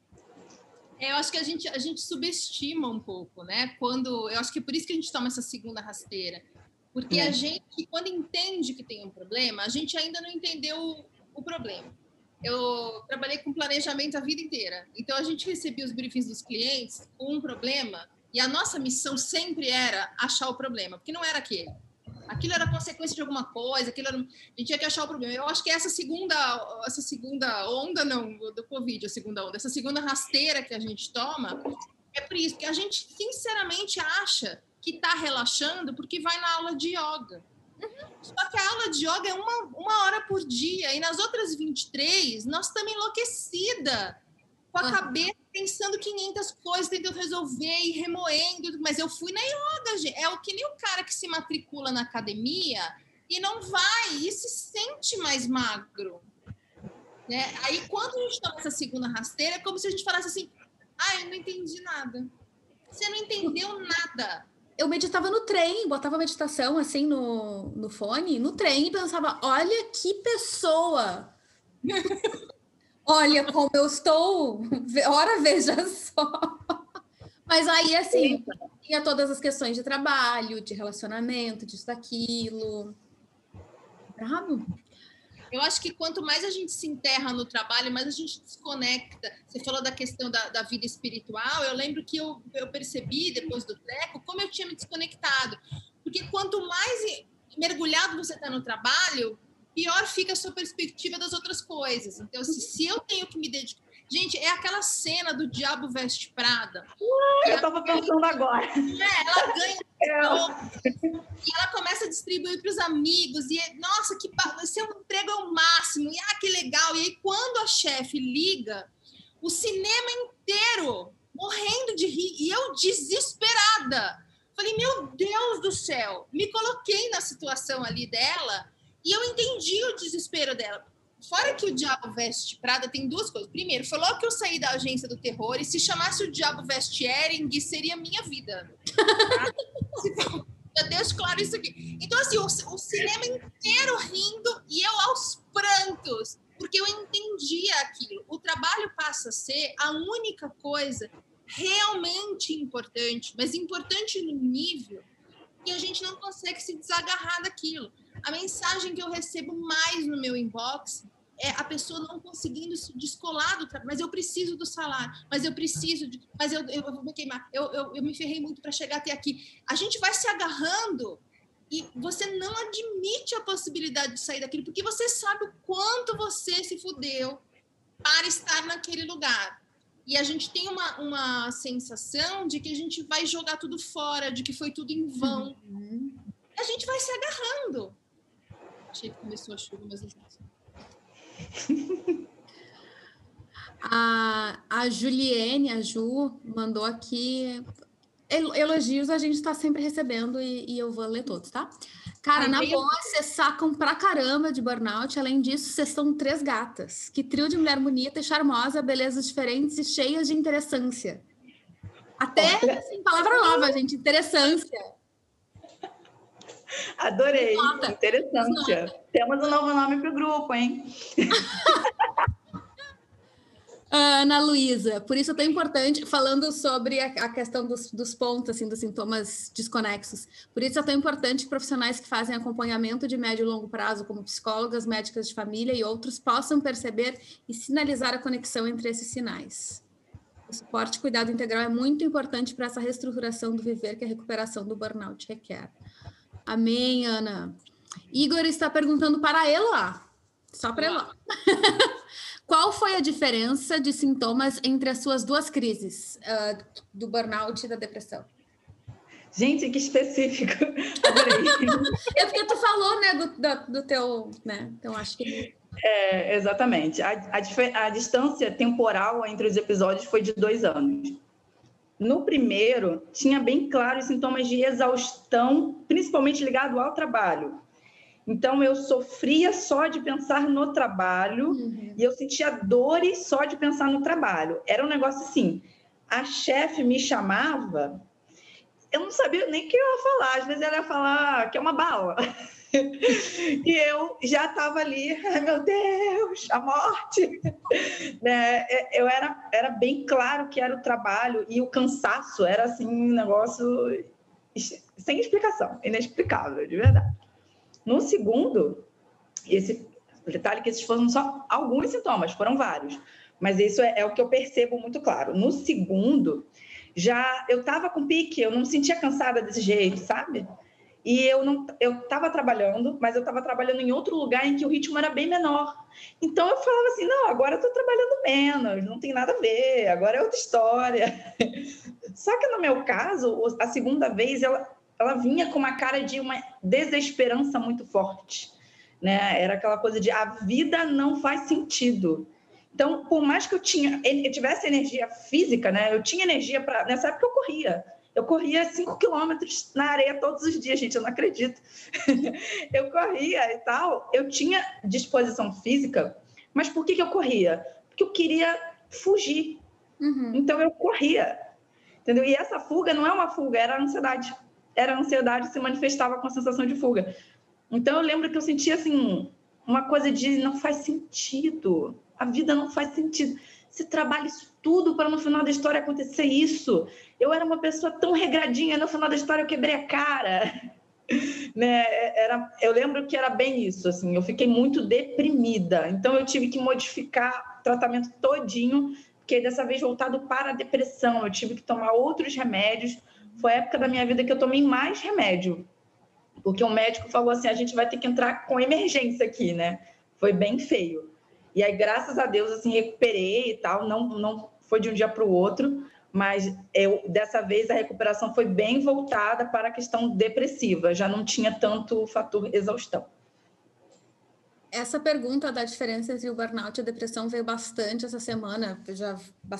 Eu acho que a gente, a gente subestima um pouco, né? Quando, eu acho que é por isso que a gente toma essa segunda rasteira. Porque é. a gente, quando entende que tem um problema, a gente ainda não entendeu o problema. Eu trabalhei com planejamento a vida inteira. Então, a gente recebia os briefings dos clientes com um problema e a nossa missão sempre era achar o problema, porque não era aquele. Aquilo era consequência de alguma coisa, aquilo era... a gente tinha que achar o problema. Eu acho que essa segunda, essa segunda onda, não, do Covid, a segunda onda, essa segunda rasteira que a gente toma É por isso que a gente, sinceramente, acha que está relaxando porque vai na aula de yoga. Só que a aula de yoga é uma, uma hora por dia, e nas outras vinte e três, nós estamos enlouquecida, com a cabeça pensando quinhentas coisas, tentando resolver e remoendo. Mas eu fui na yoga, gente. É o que nem o cara que se matricula na academia e não vai, e se sente mais magro. Né? Aí, quando a gente está nessa segunda rasteira, é como se a gente falasse assim, ah, eu não entendi nada. Você não entendeu nada. Eu meditava no trem, botava meditação assim no, no fone, no trem, e pensava, olha que pessoa! Olha como eu estou! Ora, veja só! Mas aí, assim, tinha todas as questões de trabalho, de relacionamento, disso, daquilo. Bravo! Eu acho que quanto mais a gente se enterra no trabalho, mais a gente desconecta. Você falou da questão da, da vida espiritual. Eu lembro que eu, eu percebi, depois do treco, como eu tinha me desconectado. Porque quanto mais mergulhado você está no trabalho, pior fica a sua perspectiva das outras coisas. Então, se, se eu tenho que me dedicar... Gente, é aquela cena do Diabo Veste Prada. Uh, eu estava pensando agora. É, ela ganha... É. E ela começa a distribuir para os amigos. E, nossa, que seu emprego é o máximo. E, ah, que legal. E aí, quando a chefe liga, o cinema inteiro morrendo de rir. E eu desesperada. Falei, meu Deus do céu. Me coloquei na situação ali dela e eu entendi o desespero dela. Fora que o Diabo Veste Prada tem duas coisas. Primeiro, foi logo que eu saí da agência do terror e se chamasse o Diabo Veste Ering, seria minha vida. Tá? Já deixo claro isso aqui. Então, assim, o, o cinema inteiro rindo e eu aos prantos, porque eu entendi aquilo. O trabalho passa a ser a única coisa realmente importante, mas importante no nível que a gente não consegue se desagarrar daquilo. A mensagem que eu recebo mais no meu inbox é a pessoa não conseguindo se descolar do trabalho. Mas eu preciso do salário, mas eu preciso de... Mas eu, eu, eu vou me queimar. Eu, eu, eu me ferrei muito para chegar até aqui. A gente vai se agarrando e você não admite a possibilidade de sair daquilo, porque você sabe o quanto você se fudeu para estar naquele lugar. E a gente tem uma, uma sensação de que a gente vai jogar tudo fora, de que foi tudo em vão. Uhum. A gente vai se agarrando. Achei que começou a chuva, mas... A, a Juliene, a Ju, mandou aqui elogios, a gente está sempre recebendo e, e eu vou ler todos, tá? Cara, Ai, na boa, vocês sacam pra caramba de burnout. Além disso, vocês são três gatas. Que trio de mulher bonita e charmosa, belezas diferentes e cheias de interessância. Até, assim, palavra nova, gente, interessância. Adorei, Nota. Interessância. Nota. Temos um novo nome para o grupo, hein? Ana Luísa, por isso é tão importante, falando sobre a, a questão dos, dos pontos, assim, dos sintomas desconexos, por isso é tão importante que profissionais que fazem acompanhamento de médio e longo prazo, como psicólogas, médicas de família e outros, possam perceber e sinalizar a conexão entre esses sinais. O suporte e cuidado integral é muito importante para essa reestruturação do viver que a recuperação do burnout requer. Amém, Ana. Igor está perguntando para Eloá, só para Eloá. Qual foi a diferença de sintomas entre as suas duas crises, uh, do burnout e da depressão? Gente, que específico. Adorei. É porque tu falou, né, do, do, do teu, né? Então, acho que... É, exatamente. A, a, a distância temporal entre os episódios foi de dois anos. No primeiro, tinha bem claro os sintomas de exaustão, principalmente ligado ao trabalho. Então, eu sofria só de pensar no trabalho uhum. e eu sentia dores só de pensar no trabalho. Era um negócio assim, a chefe me chamava, eu não sabia nem o que eu ia falar, às vezes ela ia falar que é uma bala. E eu já estava ali, ai meu Deus, a morte. Né? Eu era, era bem claro que era o trabalho e o cansaço era assim, um negócio sem explicação, inexplicável, de verdade. No segundo, esse detalhe que esses foram só alguns sintomas, foram vários, mas isso é, é o que eu percebo muito claro. No segundo, já eu estava com pique, eu não me sentia cansada desse jeito, sabe? E eu não, eu estava trabalhando, mas eu estava trabalhando em outro lugar em que o ritmo era bem menor. Então eu falava assim, não, agora eu estou trabalhando menos, não tem nada a ver, agora é outra história. Só que no meu caso, a segunda vez, ela, ela vinha com uma cara de uma desesperança muito forte, né? Era aquela coisa de a vida não faz sentido. Então, por mais que eu, tinha, eu tivesse energia física, né? Eu tinha energia para... Nessa época eu corria. Eu corria cinco quilômetros na areia todos os dias, gente, eu não acredito. Eu corria e tal. Eu tinha disposição física, mas por que, que eu corria? Porque eu queria fugir. Uhum. Então, eu corria. Entendeu? E essa fuga não é uma fuga, era a ansiedade. Era a ansiedade que se manifestava com a sensação de fuga. Então, eu lembro que eu sentia, assim, uma coisa de não faz sentido. A vida não faz sentido. Você trabalha isso tudo para no final da história acontecer isso. Eu era uma pessoa tão regradinha, no final da história eu quebrei a cara. Né? Era, eu lembro que era bem isso, assim, eu fiquei muito deprimida. Então, eu tive que modificar o tratamento todinho, porque dessa vez voltado para a depressão. Eu tive que tomar outros remédios. Foi a época da minha vida que eu tomei mais remédio. Porque o médico falou assim, a gente vai ter que entrar com emergência aqui, né? Foi bem feio. E aí, graças a Deus, assim, recuperei e tal. Não, não foi de um dia para o outro, mas eu, dessa vez a recuperação foi bem voltada para a questão depressiva. Já não tinha tanto fator exaustão. Essa pergunta da diferença entre o burnout e a depressão veio bastante essa semana, já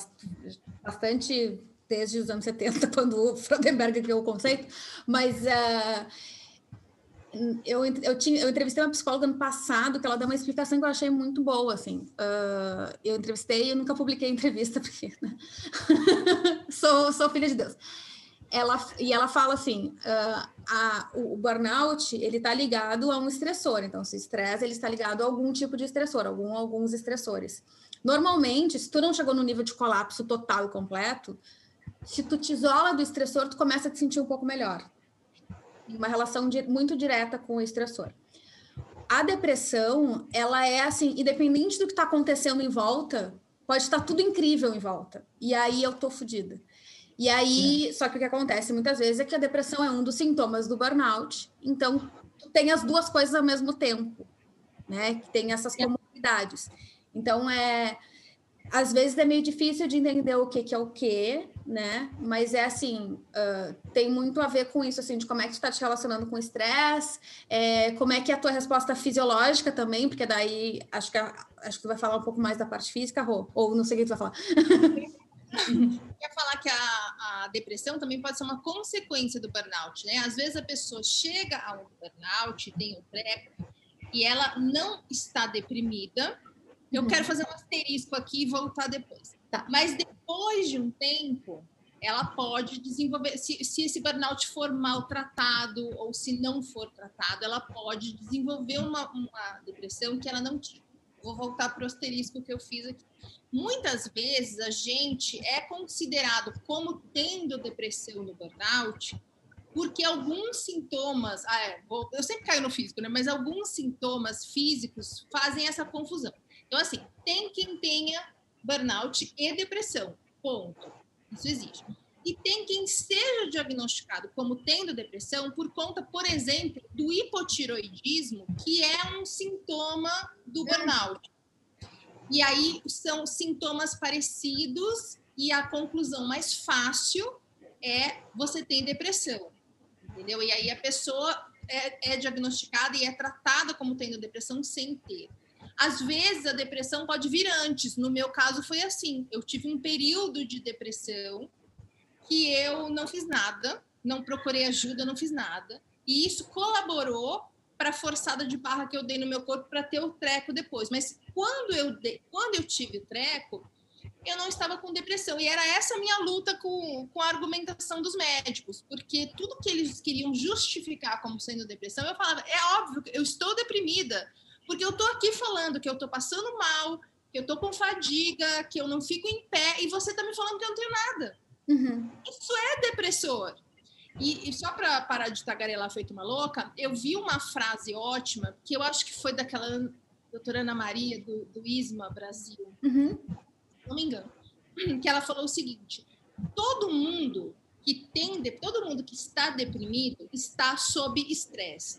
bastante desde os anos setenta, quando o Freudenberg criou o conceito, mas uh, eu, eu, tinha, eu entrevistei uma psicóloga no passado que ela deu uma explicação que eu achei muito boa, assim. Uh, eu entrevistei, eu nunca publiquei entrevista, porque né? sou, sou filha de Deus. Ela, e ela fala assim, uh, a, o, o burnout, ele está ligado a um estressor. Então, se estresse, ele está ligado a algum tipo de estressor, algum, alguns estressores. Normalmente, se tu não chegou no nível de colapso total e completo, se tu te isola do estressor, tu começa a te sentir um pouco melhor. Uma relação de, muito direta com o estressor. A depressão, ela é assim, independente do que está acontecendo em volta, pode estar tudo incrível em volta. E aí eu tô fodida. E aí, é. Só que o que acontece muitas vezes é que a depressão é um dos sintomas do burnout, então tu tem as duas coisas ao mesmo tempo, né? Que tem essas comorbidades. Então, é, às vezes é meio difícil de entender o que, que é o que, né? Mas é assim, uh, tem muito a ver com isso, assim, de como é que tu tá te relacionando com o estresse, é, como é que é a tua resposta fisiológica também, porque daí acho que, acho que tu vai falar um pouco mais da parte física, Rô, ou não sei o que tu vai falar. Quer falar que a, a depressão também pode ser uma consequência do burnout, né? Às vezes a pessoa chega ao burnout, tem um treco, e ela não está deprimida. Eu uhum. quero fazer um asterisco aqui e voltar depois. Tá. Mas depois de um tempo, ela pode desenvolver, se, se esse burnout for maltratado ou se não for tratado, ela pode desenvolver uma, uma depressão que ela não tinha. Vou voltar para o asterisco que eu fiz aqui. Muitas vezes a gente é considerado como tendo depressão no burnout porque alguns sintomas, ah, é, vou, eu sempre caio no físico, né? Mas alguns sintomas físicos fazem essa confusão. Então, assim, tem quem tenha burnout e depressão, ponto. Isso existe. E tem quem seja diagnosticado como tendo depressão por conta, por exemplo, do hipotiroidismo, que é um sintoma do burnout. E aí são sintomas parecidos e a conclusão mais fácil é você tem depressão, entendeu? E aí a pessoa é, é diagnosticada e é tratada como tendo depressão sem ter. Às vezes a depressão pode vir antes. No meu caso foi assim. Eu tive um período de depressão que eu não fiz nada, não procurei ajuda, não fiz nada. E isso colaborou para a forçada de barra que eu dei no meu corpo para ter o treco depois. Mas quando eu, dei, quando eu tive o treco, eu não estava com depressão. E era essa a minha luta com, com a argumentação dos médicos, porque tudo que eles queriam justificar como sendo depressão, eu falava, é óbvio, eu estou deprimida, porque eu estou aqui falando que eu estou passando mal, que eu estou com fadiga, que eu não fico em pé, e você está me falando que eu não tenho nada. Uhum. Isso é depressor. E, e só para parar de tagarelar feito uma louca, eu vi uma frase ótima, que eu acho que foi daquela doutora Ana Maria, do, do ISMA Brasil, uhum. não me engano, que ela falou o seguinte, todo mundo que tem, todo mundo que está deprimido está sob estresse.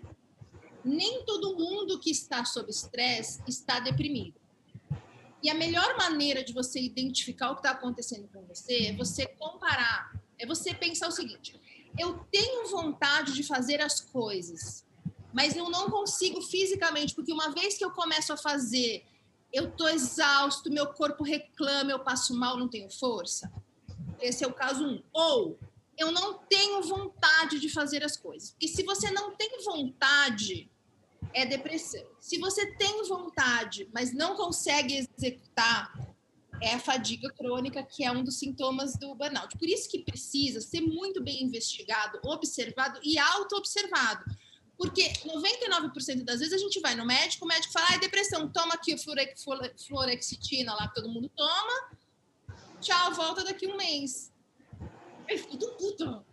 Nem todo mundo que está sob estresse está deprimido. E a melhor maneira de você identificar o que está acontecendo com você é você comparar É você pensar o seguinte, eu tenho vontade de fazer as coisas, mas eu não consigo fisicamente, porque uma vez que eu começo a fazer, eu tô exausto, meu corpo reclama, eu passo mal, não tenho força. Esse é o caso um. Ou eu não tenho vontade de fazer as coisas. Porque se você não tem vontade, é depressão. Se você tem vontade, mas não consegue executar, é a fadiga crônica, que é um dos sintomas do burnout. Por isso que precisa ser muito bem investigado, observado e auto-observado. Porque noventa e nove por cento das vezes a gente vai no médico, o médico fala, ah, é depressão, toma aqui o fluoxetina lá que todo mundo toma, tchau, volta daqui um mês. Eu fico tudo puto.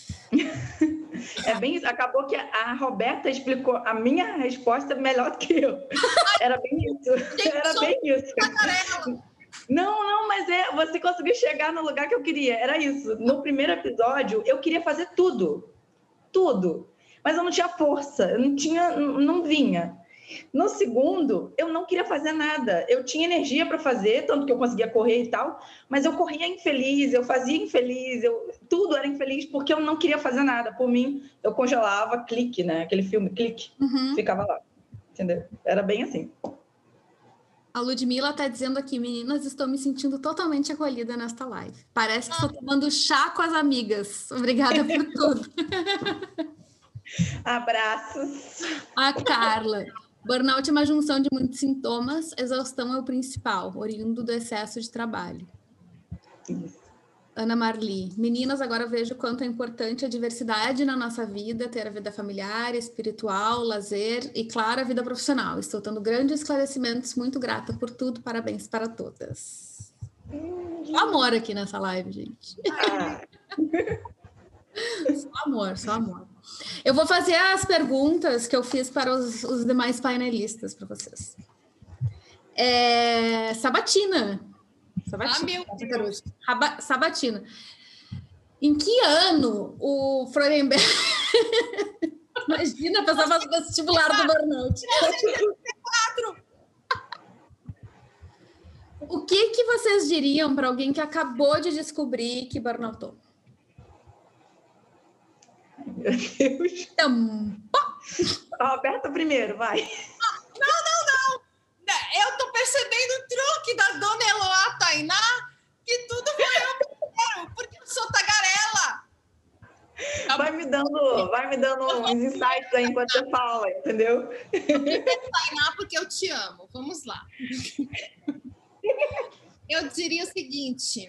É bem isso. Acabou que a Roberta explicou a minha resposta melhor do que eu. Era bem isso. Era bem isso. Não, não, mas é, você conseguiu chegar no lugar que eu queria. Era isso. No primeiro episódio, eu queria fazer tudo. Tudo. Mas eu não tinha força. Eu não tinha, não vinha. No segundo, eu não queria fazer nada. Eu tinha energia para fazer, tanto que eu conseguia correr e tal, mas eu corria infeliz, eu fazia infeliz, eu, tudo era infeliz porque eu não queria fazer nada. Por mim, eu congelava, Clique, né? Aquele filme, Clique, uhum. Ficava lá, entendeu? Era bem assim. A Ludmilla está dizendo aqui, meninas, estou me sentindo totalmente acolhida nesta live. Parece que estou tomando chá com as amigas. Obrigada por tudo. Abraços. A Carla. Burnout é uma junção de muitos sintomas, exaustão é o principal, oriundo do excesso de trabalho. Isso. Ana Marli. Meninas, agora vejo quanto é importante a diversidade na nossa vida, ter a vida familiar, espiritual, lazer e, claro, a vida profissional. Estou tendo grandes esclarecimentos, muito grata por tudo, parabéns para todas. Só amor aqui nessa live, gente. Ah. Só amor, só amor. Eu vou fazer as perguntas que eu fiz para os, os demais painelistas para vocês. É, Sabatina. Sabatina. Ah, meu Deus. Raba, Sabatina. Em que ano o Freudenberg... Imagina, passava no vestibular do burnout. O que, que vocês diriam para alguém que acabou de descobrir que burnoutou? Meu Deus. Então, Roberta primeiro, vai. Não, não, não. Eu tô percebendo o truque da dona Eloá Tainá, que tudo foi eu primeiro, porque eu sou tagarela. Vai me dando, vai me dando uns insights aí enquanto você fala, entendeu? Tainá, porque eu te amo. Vamos lá. Eu diria o seguinte...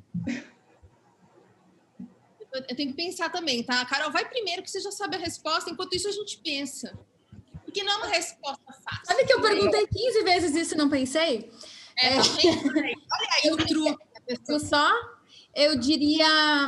Eu tenho que pensar também, tá? Carol, vai primeiro, que você já sabe a resposta. Enquanto isso, a gente pensa. Porque não é uma resposta fácil. Sabe que eu perguntei quinze vezes isso e não pensei? É, é... Olha aí o truque. Eu só, eu diria...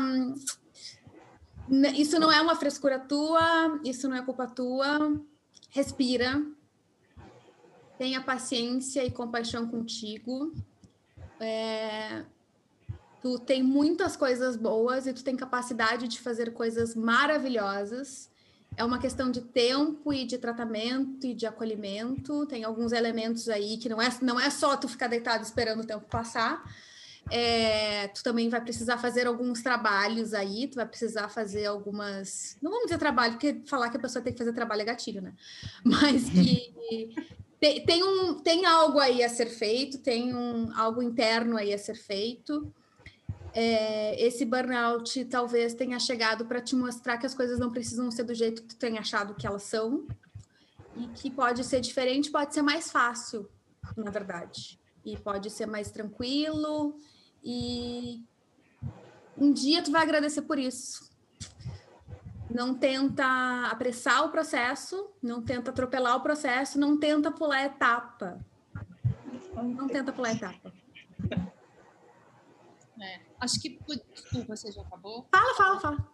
Isso não é uma frescura tua, isso não é culpa tua. Respira. Tenha paciência e compaixão contigo. É... Tu tem muitas coisas boas e tu tem capacidade de fazer coisas maravilhosas. É uma questão de tempo e de tratamento e de acolhimento. Tem alguns elementos aí que não é, não é só tu ficar deitado esperando o tempo passar. É, tu também vai precisar fazer alguns trabalhos aí, tu vai precisar fazer algumas... Não vamos dizer trabalho, porque falar que a pessoa tem que fazer trabalho é gatilho, né? Mas que... tem, tem, um, tem algo aí a ser feito, tem um, algo interno aí a ser feito. É, esse burnout talvez tenha chegado para te mostrar que as coisas não precisam ser do jeito que tu tem achado que elas são e que pode ser diferente, pode ser mais fácil, na verdade, e pode ser mais tranquilo e um dia tu vai agradecer por isso. Não tenta apressar o processo, não tenta atropelar o processo, não tenta pular etapa. Não tenta pular etapa. É, acho que... Desculpa, você já acabou? Fala, fala, fala.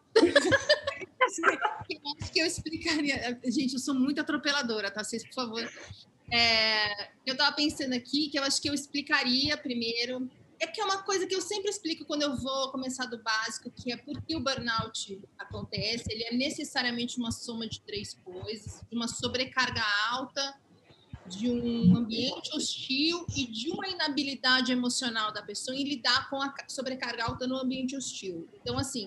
Acho que eu explicaria... Gente, eu sou muito atropeladora, tá? Vocês, por favor. É, eu estava pensando aqui que eu acho que eu explicaria primeiro... É porque é uma coisa que eu sempre explico quando eu vou começar do básico, que é porque o burnout acontece. Ele é necessariamente uma soma de três coisas. De uma sobrecarga alta, de um ambiente hostil e de uma inabilidade emocional da pessoa em lidar com a sobrecarga alta no ambiente hostil. Então, assim,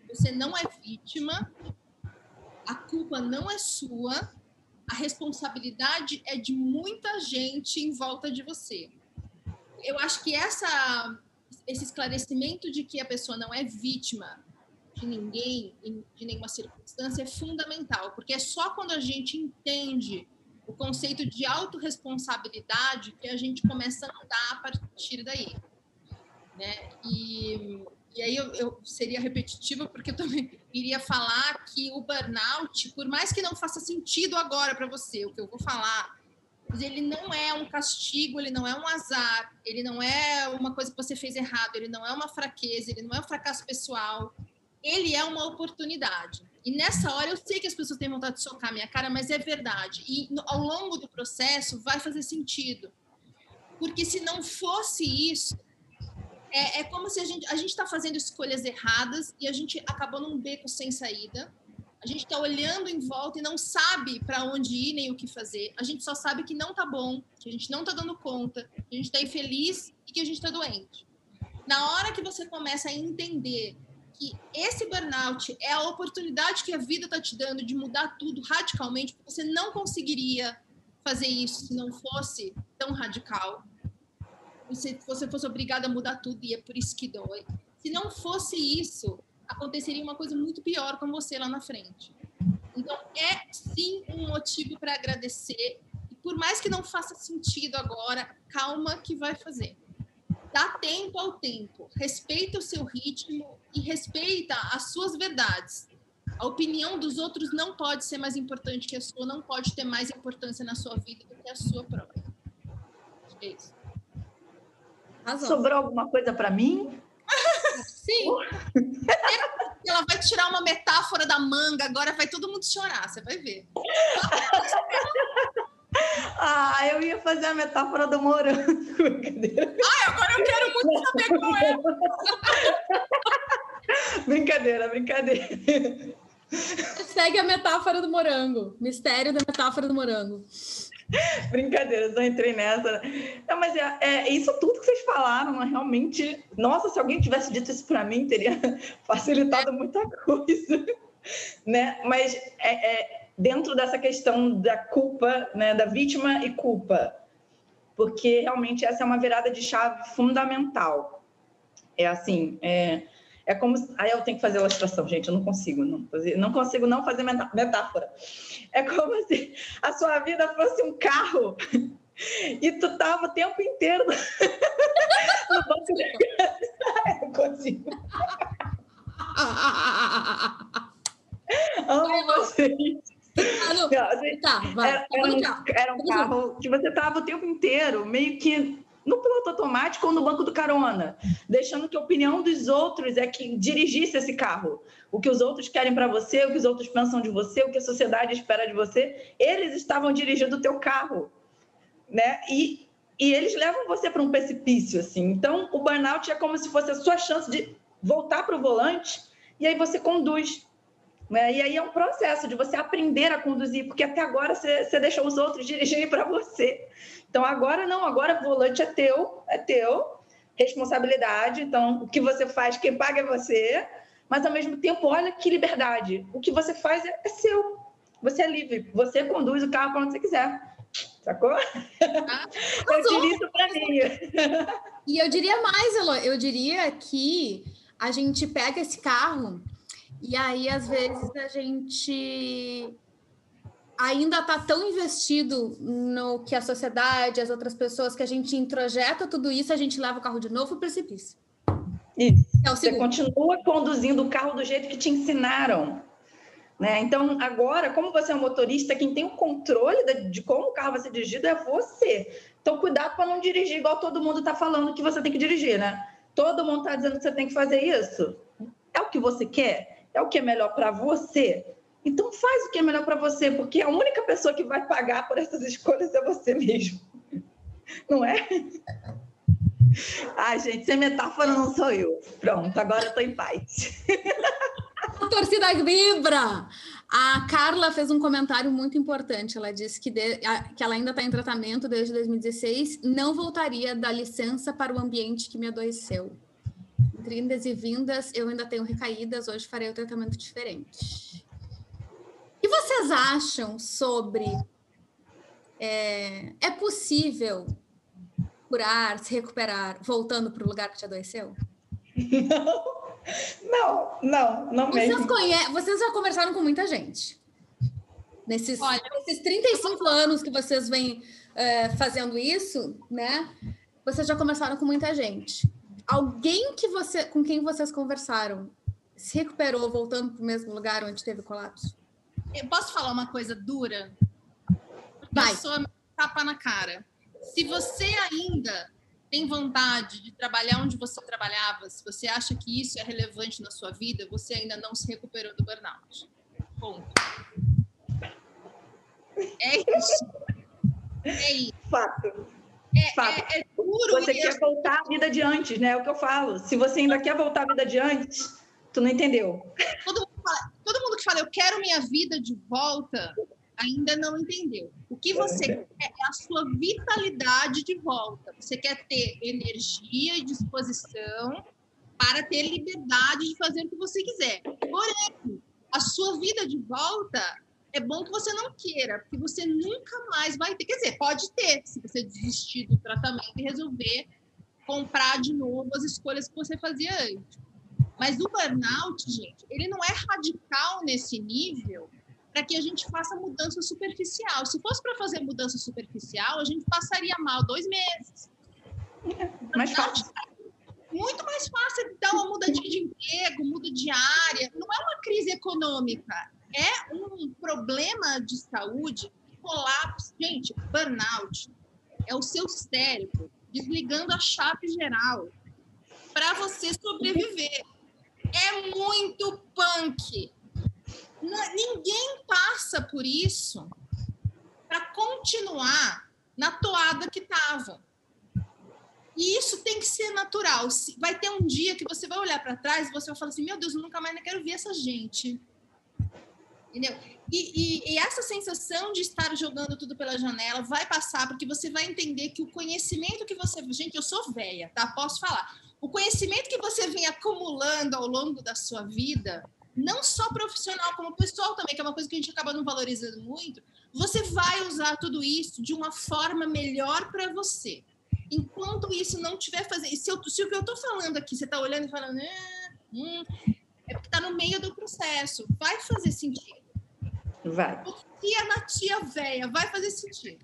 Você não é vítima, a culpa não é sua, a responsabilidade é de muita gente em volta de você. Eu acho que essa, esse esclarecimento de que a pessoa não é vítima de ninguém, de nenhuma circunstância, é fundamental, porque é só quando a gente entende o conceito de autorresponsabilidade que a gente começa a andar a partir daí, né? E, e aí eu, eu seria repetitiva, porque eu também iria falar que o burnout, por mais que não faça sentido agora para você, o que eu vou falar, mas ele não é um castigo, ele não é um azar, ele não é uma coisa que você fez errado, ele não é uma fraqueza, ele não é um fracasso pessoal, ele é uma oportunidade. E nessa hora eu sei que as pessoas têm vontade de socar a minha cara, mas é verdade. E no, ao longo do processo vai fazer sentido. Porque se não fosse isso, é, é como se a gente a gente está fazendo escolhas erradas e a gente acabou num beco sem saída. A gente está olhando em volta e não sabe para onde ir nem o que fazer. A gente só sabe que não está bom, que a gente não está dando conta, que a gente está infeliz e que a gente está doente. Na hora que você começa a entender que esse burnout é a oportunidade que a vida está te dando de mudar tudo radicalmente, porque você não conseguiria fazer isso se não fosse tão radical. Se você fosse obrigada a mudar tudo, e é por isso que dói. Se não fosse isso, aconteceria uma coisa muito pior com você lá na frente. Então, é sim um motivo para agradecer. E por mais que não faça sentido agora, calma que vai fazer. Dá tempo ao tempo, respeita o seu ritmo e respeita as suas verdades. A opinião dos outros não pode ser mais importante que a sua, não pode ter mais importância na sua vida do que a sua própria. É isso. Razão. Sobrou alguma coisa para mim? Sim. Ela vai tirar uma metáfora da manga, agora vai todo mundo chorar, você vai ver. Ah, eu ia fazer a metáfora do morango. Ai, agora eu quero muito saber qual é. Brincadeira, brincadeira. Segue a metáfora do morango. Mistério da metáfora do morango. Brincadeira, só entrei nessa. Não, mas é, é isso tudo que vocês falaram, realmente. Nossa, se alguém tivesse dito isso para mim, teria facilitado muita coisa, né? Mas é, é, dentro dessa questão da culpa, né, da vítima e culpa, porque realmente essa é uma virada de chave fundamental. É assim, é, é como... Aí eu tenho que fazer a ilustração, gente, eu não consigo não, fazer, não consigo não fazer metáfora. É como se a sua vida fosse um carro e tu tava o tempo inteiro no banco de... Eu consigo. Amo vocês. Ah, não. Tá, vai. Era, era, um, era um carro que você tava o tempo inteiro meio que no piloto automático ou no banco do carona, deixando que a opinião dos outros é que dirigisse esse carro. O que os outros querem para você, o que os outros pensam de você, o que a sociedade espera de você, eles estavam dirigindo o teu carro, né? E, e eles levam você para um precipício, assim. Então, o burnout é como se fosse a sua chance de voltar para o volante e aí você conduz, né? E aí é um processo de você aprender a conduzir, porque até agora você, você deixou os outros dirigirem para você. Então, agora não, agora o volante é teu, é teu, responsabilidade. Então, o que você faz, quem paga é você, mas, ao mesmo tempo, olha que liberdade. O que você faz é, é seu, você é livre, você conduz o carro para onde você quiser, sacou? Ah, eu diria isso para mim. E eu diria mais, Elô, eu diria que a gente pega esse carro e aí, às vezes, a gente... ainda está tão investido no que a sociedade, as outras pessoas, que a gente introjeta tudo isso, a gente leva o carro de novo para o precipício. Isso. É o Você continua conduzindo o carro do jeito que te ensinaram, né? Então, agora, como você é um motorista, quem tem o controle de, de como o carro vai ser dirigido é você. Então, cuidado para não dirigir igual todo mundo está falando que você tem que dirigir, né? Todo mundo está dizendo que você tem que fazer isso. É o que você quer? É o que é melhor para você? Então faz o que é melhor para você, porque a única pessoa que vai pagar por essas escolhas é você mesmo. Não é? Ai, gente, sem metáfora não sou eu. Pronto, agora eu estou em paz. A torcida vibra! A Carla fez um comentário muito importante. Ela disse que, de, que ela ainda está em tratamento desde dois mil e dezesseis, não voltaria da licença para o ambiente que me adoeceu. entre indas e vindas, eu ainda tenho recaídas. Hoje farei o tratamento diferente. O que vocês acham sobre... É, é possível curar, se recuperar, voltando para o lugar que te adoeceu? Não, não, não vocês mesmo. Conhe... Vocês já conversaram com muita gente. Nesses, Olha, nesses trinta e cinco anos que vocês vêm é, fazendo isso, né? Vocês já conversaram com muita gente. Alguém que você, com quem vocês conversaram se recuperou voltando para o mesmo lugar onde teve colapso? Eu posso falar uma coisa dura? Vai. Pessoa me tapa na cara. Se você ainda tem vontade de trabalhar onde você trabalhava, se você acha que isso é relevante na sua vida, você ainda não se recuperou do burnout. Ponto. É isso. É isso. Fato. É, Fato. É, é duro. Você quer eu... voltar à vida de antes, né? É o que eu falo. Se você ainda quer voltar à vida de antes, tu não entendeu. Todo mundo, fala, todo mundo que fala, eu quero minha vida de volta, ainda não entendeu. O que você quer é a sua vitalidade de volta. Você quer ter energia e disposição para ter liberdade de fazer o que você quiser. Porém, a sua vida de volta é bom que você não queira, porque você nunca mais vai ter. Quer dizer, pode ter, se você desistir do tratamento e resolver comprar de novo as escolhas que você fazia antes. Mas o burnout, gente, ele não é radical nesse nível para que a gente faça mudança superficial. Se fosse para fazer mudança superficial, a gente passaria mal dois meses. É, mais fácil. Muito mais fácil dar uma mudança de emprego, muda de área. Não é uma crise econômica, é um problema de saúde, colapso. Gente, burnout é o seu cérebro desligando a chave geral para você sobreviver. É muito punk. Ninguém passa por isso para continuar na toada que estava. E isso tem que ser natural. Vai ter um dia que você vai olhar para trás e você vai falar assim, meu Deus, eu nunca mais quero ver essa gente. Entendeu? E, e, e essa sensação de estar jogando tudo pela janela vai passar, porque você vai entender que o conhecimento que você... Gente, eu sou velha, tá? Posso falar. O conhecimento que você vem acumulando ao longo da sua vida, não só profissional, como pessoal também, que é uma coisa que a gente acaba não valorizando muito, você vai usar tudo isso de uma forma melhor para você. Enquanto isso não tiver fazendo... Se, eu, se o que eu estou falando aqui, você está olhando e falando... Ah, hum, é porque está no meio do processo. Vai fazer sentido. Vai. Tia na tia véia, vai fazer sentido.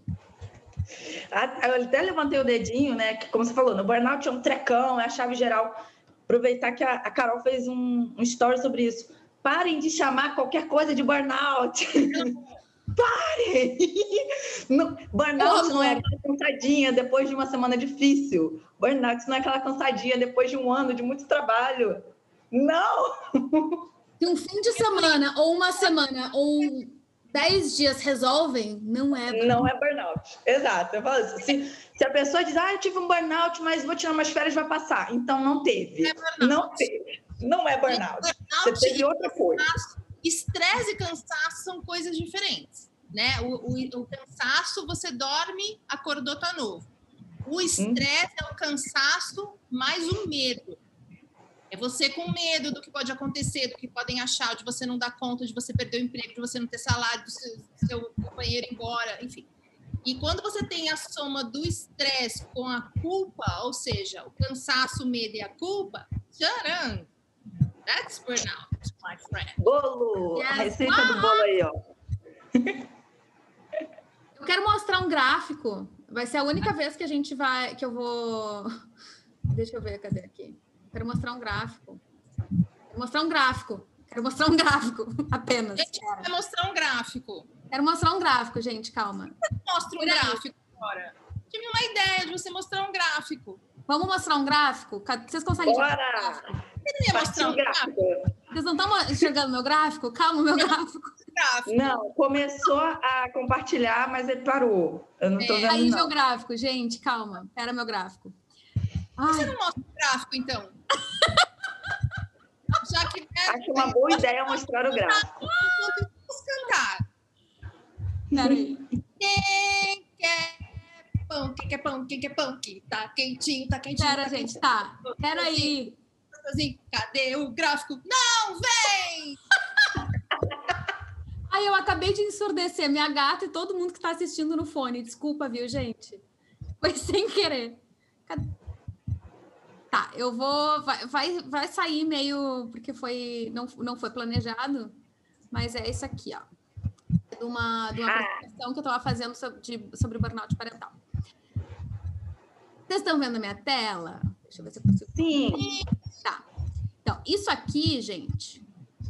Eu até levantei o dedinho, né? Que, como você falou, no burnout é um trecão, é a chave geral. Aproveitar que a, a Carol fez um, um story sobre isso. Parem de chamar qualquer coisa de burnout. Parem! No, burnout não é aquela cansadinha depois de uma semana difícil. Burnout não é aquela cansadinha depois de um ano de muito trabalho. Não! Se um fim de semana, ou uma semana, ou dez dias resolvem, não é burnout. Não é burnout. Exato. Eu falo assim, se, se a pessoa diz, ah, eu tive um burnout, mas vou tirar umas férias, vai passar. Então, não teve. É não teve. Não é burnout. burnout Você teve outra coisa. Estresse e cansaço são coisas diferentes, né? O, o, o cansaço, você dorme, acordou, tá novo. O estresse hum. é o cansaço mais o medo. É você com medo do que pode acontecer, do que podem achar, de você não dar conta, de você perder o emprego, de você não ter salário, do seu, do seu companheiro ir embora, enfim. E quando você tem a soma do estresse com a culpa, ou seja, o cansaço, o medo e a culpa, tcharam! That's burnout, my friend. Bolo! Yes. A receita do bolo aí, ó. Eu quero mostrar um gráfico. Vai ser a única vez que a gente vai... Que eu vou... Deixa eu ver, cadê aqui? Quero mostrar um gráfico. Quero mostrar um gráfico. Quero mostrar um gráfico, apenas. A gente vai mostrar um gráfico. Quero mostrar um gráfico, gente, calma. Mostra um gráfico agora. Tive uma ideia de você mostrar um gráfico. Vamos mostrar um gráfico? Vocês conseguem Bora! enxergar o gráfico? Você não ia mostrar um gráfico? Vocês não estão enxergando meu gráfico? Calma, meu gráfico. gráfico. Não, começou a compartilhar, mas ele parou. Eu não estou é, vendo, aí não. meu gráfico, gente, calma. Era meu gráfico. Ai. Você não mostra o gráfico, então? Já que, né, acho uma boa ideia mostrar o gráfico. Vamos cantar. Peraí. Quem quer pão? Quem quer pão? Quem quer pão? Que tá quentinho, tá quentinho. Pera, tá gente, quentinho. tá. Peraí. assim, cadê o gráfico? Não, vem! Ai, eu acabei de ensurdecer minha gata e todo mundo que está assistindo no fone. Desculpa, viu, gente? Foi sem querer. Cadê? Tá, eu vou... Vai, vai, vai sair meio... Porque foi, não, não foi planejado, mas é isso aqui, ó. É de uma, de uma apresentação que eu estava fazendo sobre, de, sobre burnout parental. Vocês estão vendo a minha tela? Deixa eu ver se eu consigo. Sim. Tá. Então, isso aqui, gente,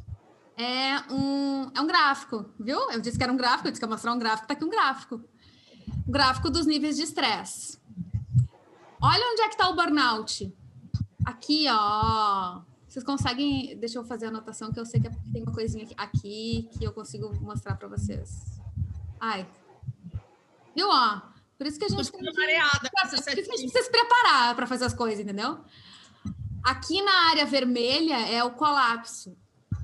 é um, é um gráfico, viu? Eu disse que era um gráfico, eu disse que ia mostrar um gráfico, tá aqui um gráfico. O gráfico dos níveis de estresse. Olha onde é que tá o burnout. Aqui, ó. Vocês conseguem... Deixa eu fazer a anotação, que eu sei que tem uma coisinha aqui, aqui que eu consigo mostrar para vocês. Ai. Viu, ó? Por isso que a gente tem que... Mareada, Por isso que a gente precisa se preparar para fazer as coisas, entendeu? Aqui na área vermelha é o colapso.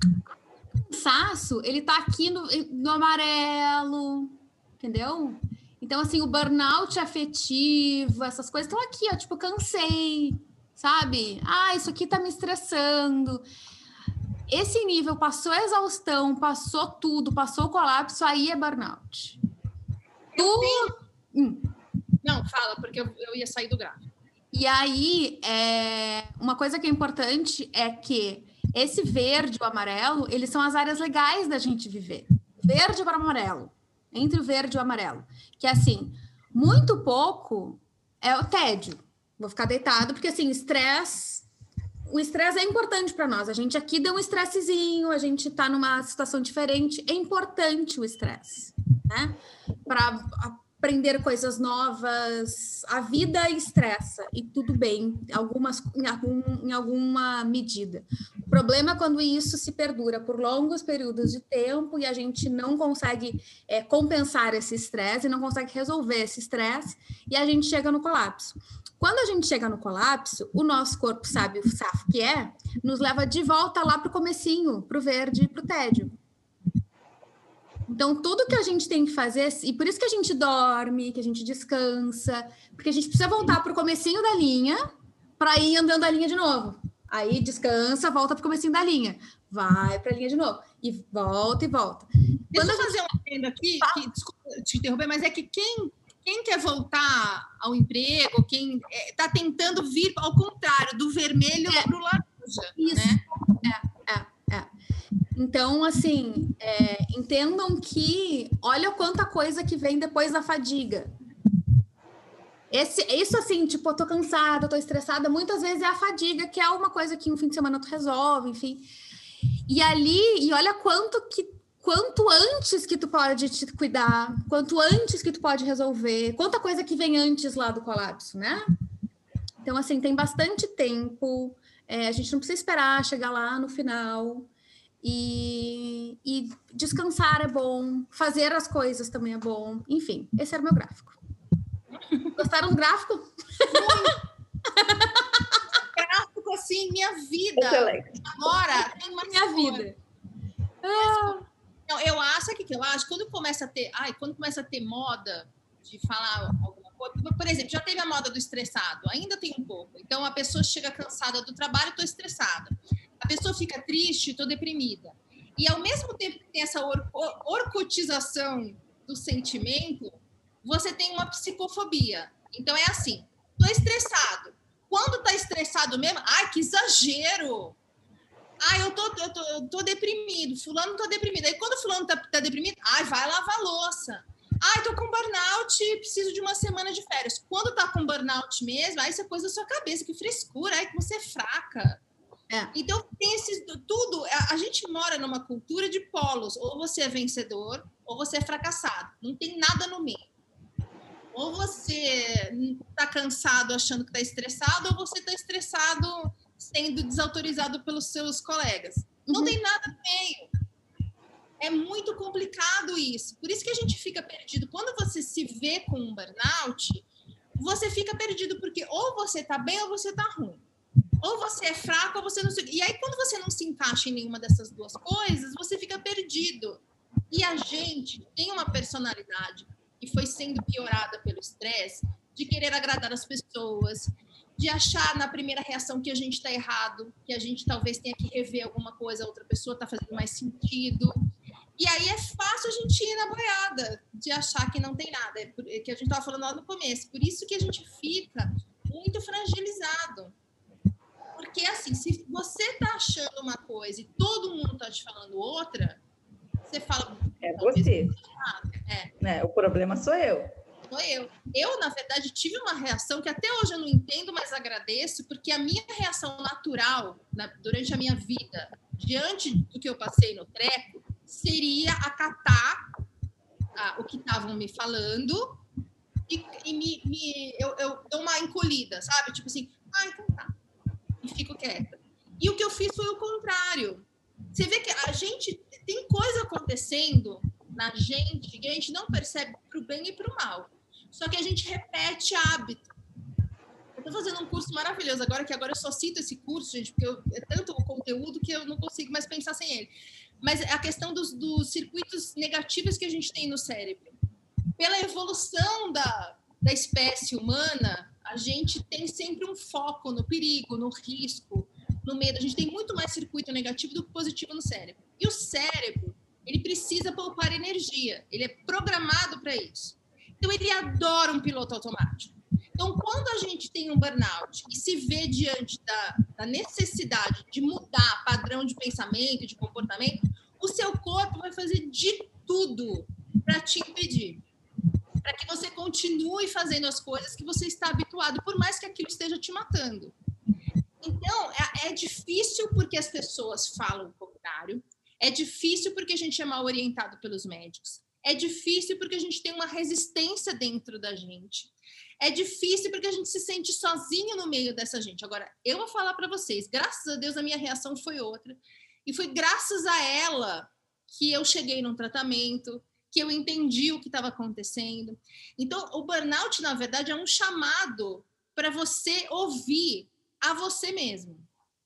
O cansaço, ele tá aqui no, no amarelo, entendeu? Então, assim, o burnout afetivo, essas coisas estão aqui, ó, tipo, cansei, sabe? Ah, isso aqui tá me estressando. Esse nível passou a exaustão, passou tudo, passou o colapso, aí é burnout. Tu... Hum. Não, fala, porque eu, eu ia sair do gráfico. E aí, é... uma coisa que é importante é que esse verde e o amarelo, eles são as áreas legais da gente viver. Verde para amarelo. Entre o verde e o amarelo. Que, assim, muito pouco é o tédio. Vou ficar deitado, porque, assim, estresse... O estresse é importante para nós. A gente aqui deu um estressezinho, a gente está numa situação diferente. É importante o estresse, né? Para aprender coisas novas. A vida estressa e tudo bem, algumas, em, algum, em alguma medida. O problema é quando isso se perdura por longos períodos de tempo e a gente não consegue é, compensar esse estresse e não consegue resolver esse estresse e a gente chega no colapso. Quando a gente chega no colapso, o nosso corpo sabe o safo que é, nos leva de volta lá para o comecinho, para o verde e para o tédio. Então, tudo que a gente tem que fazer, e por isso que a gente dorme, que a gente descansa, porque a gente precisa voltar para o comecinho da linha para ir andando a linha de novo. Aí descansa, volta para o comecinho da linha, vai para a linha de novo, e volta e volta. Deixa eu fazer um adendo aqui, que, desculpa te interromper, mas é que quem... Quem quer voltar ao emprego, quem está tentando vir ao contrário, do vermelho é, para o laranja. Isso, né? é, é, é. Então, assim, é, entendam que olha quanta coisa que vem depois da fadiga. Esse, isso, assim, tipo, eu tô cansada, eu tô estressada, muitas vezes é a fadiga, que é uma coisa que um fim de semana tu resolve, enfim. E ali, e olha quanto que Quanto antes que tu pode te cuidar, quanto antes que tu pode resolver, quanta coisa que vem antes lá do colapso, né? Então, assim, tem bastante tempo, é, a gente não precisa esperar chegar lá no final, e, e descansar é bom, fazer as coisas também é bom, enfim, esse era o meu gráfico. Gostaram do gráfico? Gráfico, assim, minha vida. Excelente. Agora, tem uma minha vida. Ah. Não, eu acho que, que eu acho, quando começa a ter, ai, quando começa a ter moda de falar alguma coisa, por exemplo, já teve a moda do estressado, ainda tem um pouco. Então a pessoa chega cansada do trabalho, estou estressada. A pessoa fica triste, estou deprimida. E ao mesmo tempo que tem essa or orcotização do sentimento, você tem uma psicofobia. Então é assim, estou estressado. Quando está estressado mesmo, ai, que exagero! Ah, eu tô, eu tô, eu tô deprimido, fulano tá deprimido. Aí quando fulano tá, tá deprimido, ai, vai lavar louça. Ai, tô com burnout, preciso de uma semana de férias. Quando tá com burnout mesmo, aí isso é coisa da sua cabeça, que frescura, ai, que você é fraca. É. Então, tem esses, tudo, a, a gente mora numa cultura de polos, ou você é vencedor, ou você é fracassado. Não tem nada no meio. Ou você tá cansado achando que tá estressado, ou você tá estressado sendo desautorizado pelos seus colegas. Não uhum. tem nada no meio. É muito complicado isso. Por isso que a gente fica perdido. Quando você se vê com um burnout, você fica perdido porque ou você tá bem ou você tá ruim. Ou você é fraco ou você não se... E aí, quando você não se encaixa em nenhuma dessas duas coisas, você fica perdido. E a gente tem uma personalidade que foi sendo piorada pelo estresse, de querer agradar as pessoas, de achar na primeira reação que a gente está errado, que a gente talvez tenha que rever alguma coisa, a outra pessoa está fazendo mais sentido. E aí é fácil a gente ir na boiada, de achar que não tem nada, é que a gente estava falando lá no começo. Por isso que a gente fica muito fragilizado. Porque, assim, se você está achando uma coisa e todo mundo está te falando outra, você fala... É você. É. É, o problema sou eu. Sou eu. Eu, na verdade, tive uma reação que até hoje eu não entendo, mas agradeço, porque a minha reação natural, na, durante a minha vida, diante do que eu passei no treco, seria acatar ah, o que estavam me falando e, e me, me, eu, eu dou uma encolhida, sabe? Tipo assim, ah, então tá. E fico quieta. E o que eu fiz foi o contrário. Você vê que a gente tem coisa acontecendo na gente que a gente não percebe para o bem e para o mal. Só que a gente repete hábito. Eu estou fazendo um curso maravilhoso agora, que agora eu só cito esse curso, gente, porque eu, é tanto o conteúdo que eu não consigo mais pensar sem ele. Mas a questão dos, dos circuitos negativos que a gente tem no cérebro. Pela evolução da, da espécie humana, a gente tem sempre um foco no perigo, no risco, no medo. A gente tem muito mais circuito negativo do que positivo no cérebro. E o cérebro, ele precisa poupar energia. Ele é programado para isso. Então, ele adora um piloto automático. Então, quando a gente tem um burnout e se vê diante da, da necessidade de mudar padrão de pensamento, de comportamento, o seu corpo vai fazer de tudo para te impedir. Para que você continue fazendo as coisas que você está habituado, por mais que aquilo esteja te matando. Então, é, é difícil porque as pessoas falam o contrário, é difícil porque a gente é mal orientado pelos médicos, é difícil porque a gente tem uma resistência dentro da gente, é difícil porque a gente se sente sozinho no meio dessa gente. Agora, eu vou falar para vocês, graças a Deus a minha reação foi outra, e foi graças a ela que eu cheguei num tratamento, que eu entendi o que estava acontecendo. Então, o burnout, na verdade, é um chamado para você ouvir a você mesmo.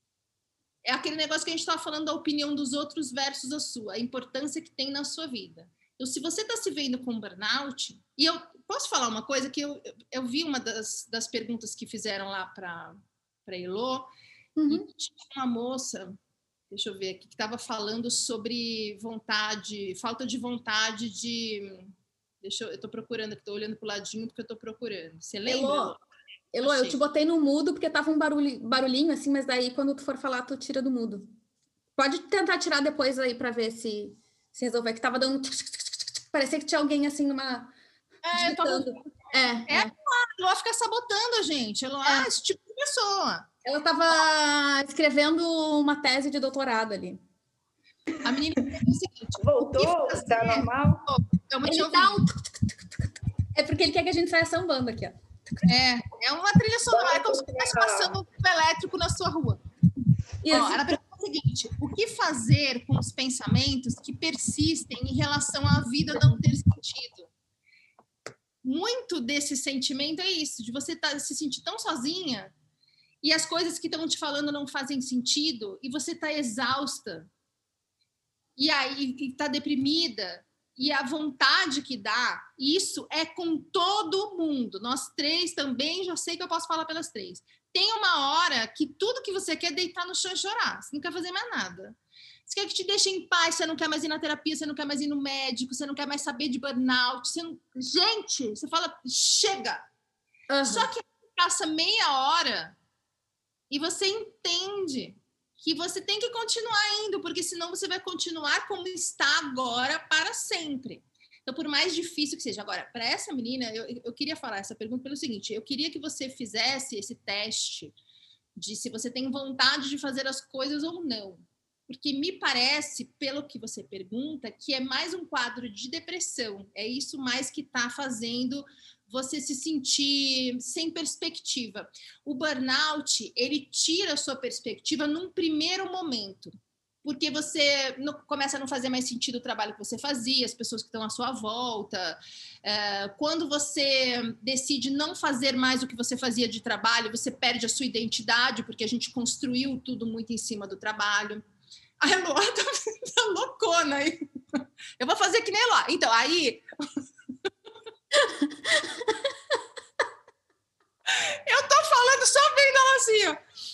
É aquele negócio que a gente estava falando da opinião dos outros versus a sua, a importância que tem na sua vida. Então, se você está se vendo com burnout, e eu posso falar uma coisa que eu, eu vi uma das, das perguntas que fizeram lá para a Elô, uhum. E tinha uma moça, deixa eu ver aqui, que estava falando sobre vontade, falta de vontade de... Deixa eu, eu estou procurando, estou olhando para o ladinho porque eu estou procurando. Você lembra? Elô, Elô, eu te botei no mudo porque tava um barulho, barulhinho assim, mas daí quando tu for falar, tu tira do mudo. Pode tentar tirar depois aí para ver se, se resolver, que tava dando... Parecia que tinha alguém assim numa... É, eu tava... é, é, é. Ela fica sabotando a gente. Ela é. Ah, esse tipo de pessoa. Ela estava escrevendo uma tese de doutorado ali. A menina disse o seguinte: voltou? Tá normal? Ele dá um... É porque ele quer que a gente saia sambando aqui, ó. É, é uma trilha sonora, é como se estivesse passando um elétrico na sua rua. Ó, ela pergunta o seguinte: o que fazer com os pensamentos que persistem em relação à vida não ter sentido? Muito desse sentimento é isso, de você tá, se sentir tão sozinha e as coisas que estão te falando não fazem sentido e você está exausta e aí está deprimida e a vontade que dá, isso é com todo mundo. Nós três também, já sei que eu posso falar pelas três. Tem uma hora que tudo que você quer é deitar no chão e chorar, você não quer fazer mais nada. Você quer que te deixe em paz, você não quer mais ir na terapia, você não quer mais ir no médico, você não quer mais saber de burnout. Você não... Gente, você fala, chega! Uhum. Só que passa meia hora e você entende que você tem que continuar indo, porque senão você vai continuar como está agora para sempre. Então, por mais difícil que seja. Agora, para essa menina, eu, eu queria falar essa pergunta pelo seguinte: eu queria que você fizesse esse teste de se você tem vontade de fazer as coisas ou não. Porque me parece, pelo que você pergunta, que é mais um quadro de depressão. É isso mais que está fazendo você se sentir sem perspectiva. O burnout, ele tira a sua perspectiva num primeiro momento. Porque você não, começa a não fazer mais sentido o trabalho que você fazia, as pessoas que estão à sua volta. É, quando você decide não fazer mais o que você fazia de trabalho, você perde a sua identidade, porque a gente construiu tudo muito em cima do trabalho. A Elô tá, tá loucona aí. Eu vou fazer que nem Elô. Então, aí... Eu tô falando só vendo ela assim,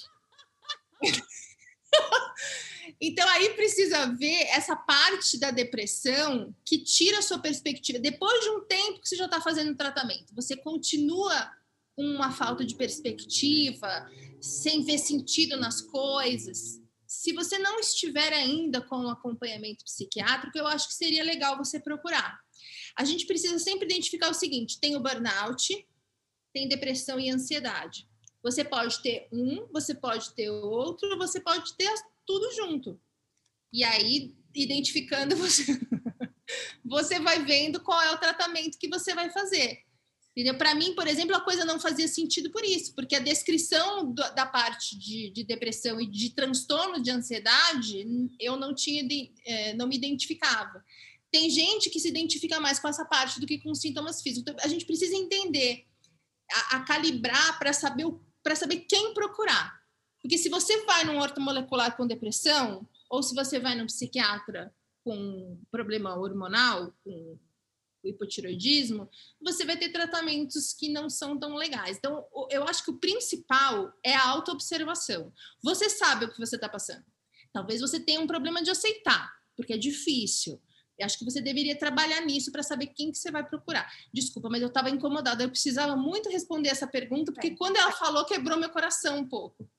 ó. Então, aí precisa ver essa parte da depressão que tira a sua perspectiva. Depois de um tempo que você já está fazendo tratamento, você continua com uma falta de perspectiva, sem ver sentido nas coisas. Se você não estiver ainda com um acompanhamento psiquiátrico, eu acho que seria legal você procurar. A gente precisa sempre identificar o seguinte: tem o burnout, tem depressão e ansiedade. Você pode ter um, você pode ter outro, você pode ter tudo junto. E aí, identificando, você, você vai vendo qual é o tratamento que você vai fazer. Para mim, por exemplo, a coisa não fazia sentido por isso, porque a descrição do, da parte de, de depressão e de transtorno de ansiedade, eu não tinha, é, não me identificava. Tem gente que se identifica mais com essa parte do que com sintomas físicos. Então, a gente precisa entender, a, a calibrar para saber, para saber quem procurar. Porque se você vai num ortomolecular com depressão, ou se você vai num psiquiatra com problema hormonal, com hipotireoidismo, você vai ter tratamentos que não são tão legais. Então, eu acho que o principal é a autoobservação. Você sabe o que você está passando. Talvez você tenha um problema de aceitar, porque é difícil. Eu acho que você deveria trabalhar nisso para saber quem que você vai procurar. Desculpa, mas eu estava incomodada. Eu precisava muito responder essa pergunta, porque quando ela falou, quebrou meu coração um pouco.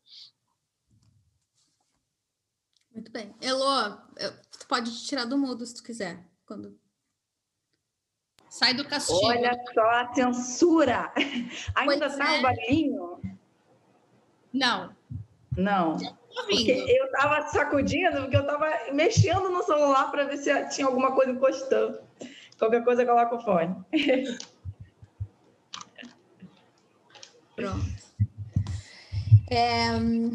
Muito bem. Elô, tu pode te tirar do mudo se tu quiser. Quando... Sai do castigo. Olha só a censura. Ainda tá é. o barulhinho? Não. Não. Porque eu estava sacudindo, porque eu estava mexendo no celular para ver se tinha alguma coisa encostando. Qualquer coisa, coloca o fone. Pronto. É,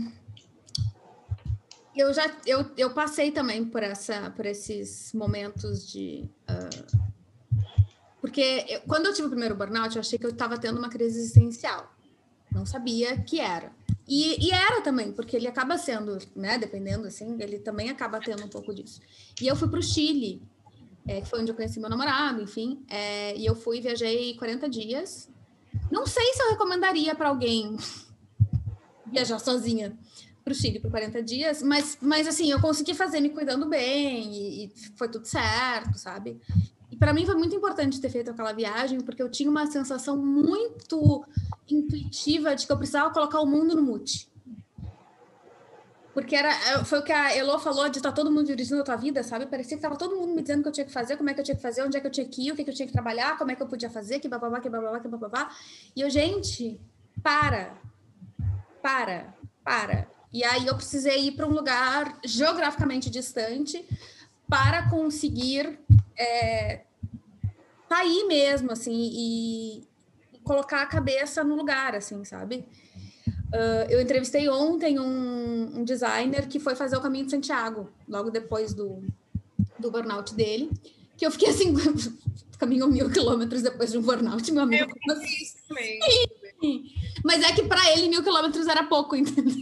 eu já eu, eu passei também por, essa, por esses momentos de... Uh, porque eu, quando eu tive o primeiro burnout, eu achei que eu estava tendo uma crise existencial. Não sabia que era. E, e era também, porque ele acaba sendo, né, dependendo, assim, ele também acaba tendo um pouco disso. E eu fui para o Chile, é, que foi onde eu conheci meu namorado, enfim, é, e eu fui, viajei quarenta dias. Não sei se eu recomendaria para alguém viajar sozinha para o Chile por quarenta dias, mas, mas, assim, eu consegui fazer me cuidando bem e, e foi tudo certo, sabe? E para mim foi muito importante ter feito aquela viagem, porque eu tinha uma sensação muito intuitiva de que eu precisava colocar o mundo no mute. Porque era, foi o que a Elô falou, de estar todo mundo dirigindo a tua vida, sabe? Parecia que estava todo mundo me dizendo o que eu tinha que fazer, como é que eu tinha que fazer, onde é que eu tinha que ir, o que, que eu tinha que trabalhar, como é que eu podia fazer, que bababá, que bababá, que bababá. E eu, gente, para, para, para. E aí eu precisei ir para um lugar geograficamente distante para conseguir é, sair mesmo, assim, e colocar a cabeça no lugar, assim, sabe? Uh, eu entrevistei ontem um, um designer que foi fazer o Caminho de Santiago, logo depois do, do burnout dele, que eu fiquei assim, caminhou mil quilômetros depois de um burnout, meu amigo. Eu fiz isso também. Mas é que para ele mil quilômetros era pouco, entendeu?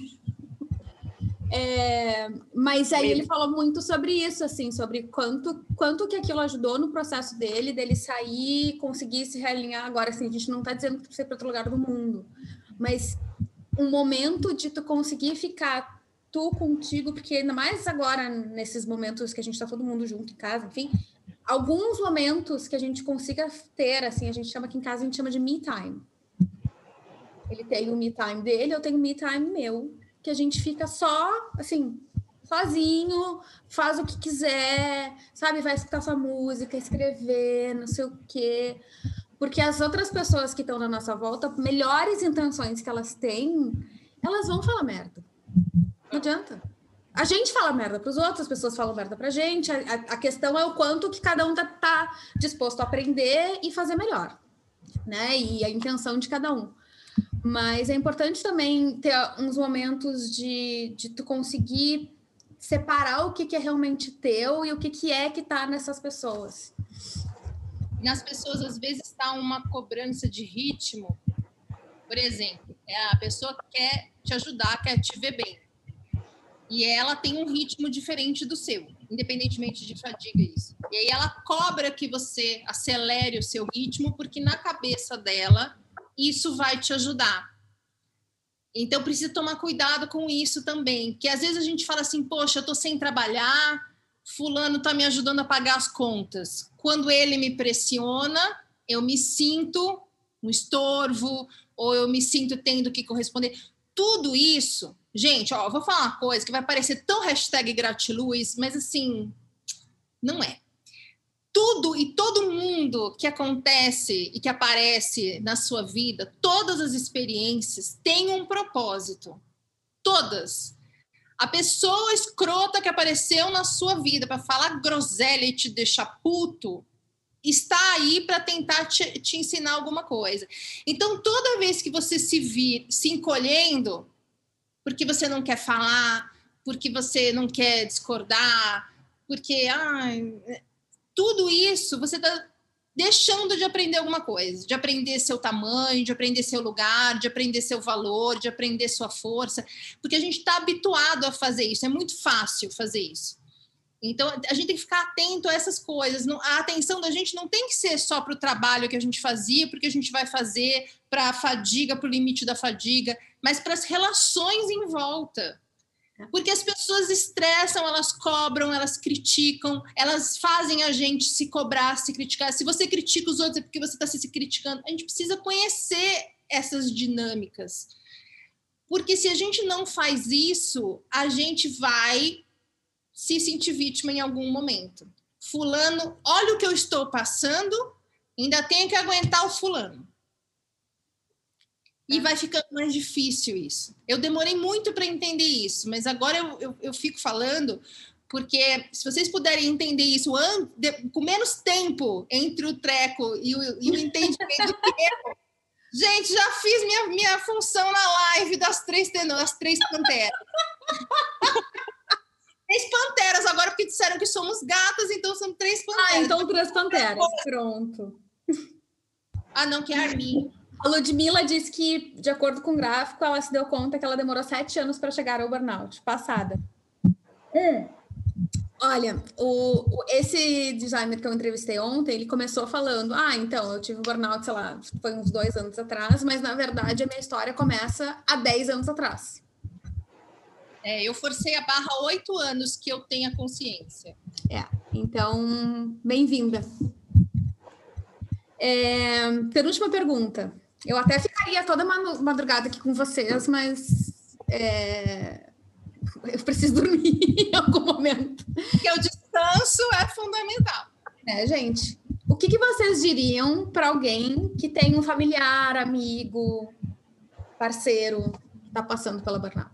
É, mas aí ele falou muito sobre isso, assim, sobre quanto, quanto que aquilo ajudou no processo dele, dele sair, conseguir se realinhar. Agora, assim, a gente não está dizendo que tu precisa ir para outro lugar do mundo, mas um momento de tu conseguir ficar tu contigo, porque ainda mais agora, nesses momentos que a gente está todo mundo junto em casa, enfim, alguns momentos que a gente consiga ter, assim, a gente chama aqui em casa, a gente chama de me time. Ele tem o me time dele, eu tenho o me time meu, que a gente fica só, assim, sozinho, faz o que quiser, sabe? Vai escutar sua música, escrever, não sei o quê. Porque as outras pessoas que estão na nossa volta, melhores intenções que elas têm, elas vão falar merda. Não adianta. A gente fala merda para os outros, as pessoas falam merda para a gente. A questão é o quanto que cada um tá, tá disposto a aprender e fazer melhor, né? E a intenção de cada um. Mas é importante também ter uns momentos de, de tu conseguir separar o que, que é realmente teu e o que, que é que tá nessas pessoas. Nas pessoas, às vezes, está uma cobrança de ritmo. Por exemplo, a pessoa quer te ajudar, quer te ver bem. E ela tem um ritmo diferente do seu, independentemente de fadiga isso. E aí ela cobra que você acelere o seu ritmo, porque na cabeça dela isso vai te ajudar. Então, precisa tomar cuidado com isso também, porque às vezes a gente fala assim, poxa, eu tô sem trabalhar, fulano tá me ajudando a pagar as contas. Quando ele me pressiona, eu me sinto um estorvo, ou eu me sinto tendo que corresponder. Tudo isso, gente, ó, eu vou falar uma coisa que vai parecer tão hashtag gratiluz, mas assim, não é. Tudo e todo mundo que acontece e que aparece na sua vida, todas as experiências têm um propósito. Todas. A pessoa escrota que apareceu na sua vida para falar groselha e te deixar puto, está aí para tentar te, te ensinar alguma coisa. Então, toda vez que você se vir se encolhendo, porque você não quer falar, porque você não quer discordar, porque... Ai, tudo isso, você está deixando de aprender alguma coisa, de aprender seu tamanho, de aprender seu lugar, de aprender seu valor, de aprender sua força, porque a gente está habituado a fazer isso, é muito fácil fazer isso. Então, a gente tem que ficar atento a essas coisas. A atenção da gente não tem que ser só para o trabalho que a gente fazia, porque a gente vai fazer para a fadiga, para o limite da fadiga, mas para as relações em volta. Porque as pessoas estressam, elas cobram, elas criticam, elas fazem a gente se cobrar, se criticar. Se você critica os outros é porque você está se criticando. A gente precisa conhecer essas dinâmicas. Porque se a gente não faz isso, a gente vai se sentir vítima em algum momento. Fulano, olha o que eu estou passando, ainda tenho que aguentar o fulano. E vai ficando mais difícil isso. Eu demorei muito para entender isso, mas agora eu, eu, eu fico falando, porque se vocês puderem entender isso com menos tempo entre o treco e o, e o entendimento do tempo, gente, já fiz minha, minha função na live das três, das três panteras. Três panteras, agora porque disseram que somos gatas, então são três panteras. Ah, então três panteras, pronto. Ah, não, que é a Armin. A Ludmilla disse que, de acordo com o gráfico, ela se deu conta que ela demorou sete anos para chegar ao burnout, passada. Hum. Olha, o, o, esse designer que eu entrevistei ontem, ele começou falando, ah, então, eu tive burnout, sei lá, foi uns dois anos atrás, mas, na verdade, a minha história começa há dez anos atrás. É, eu forcei a barra há oito anos que eu tenha consciência. É, então, bem-vinda. É, penúltima pergunta. Eu até ficaria toda madrugada aqui com vocês, mas é, eu preciso dormir em algum momento. Porque o descanso é fundamental. É, gente. O que, que vocês diriam para alguém que tem um familiar, amigo, parceiro, que está passando pela burnout?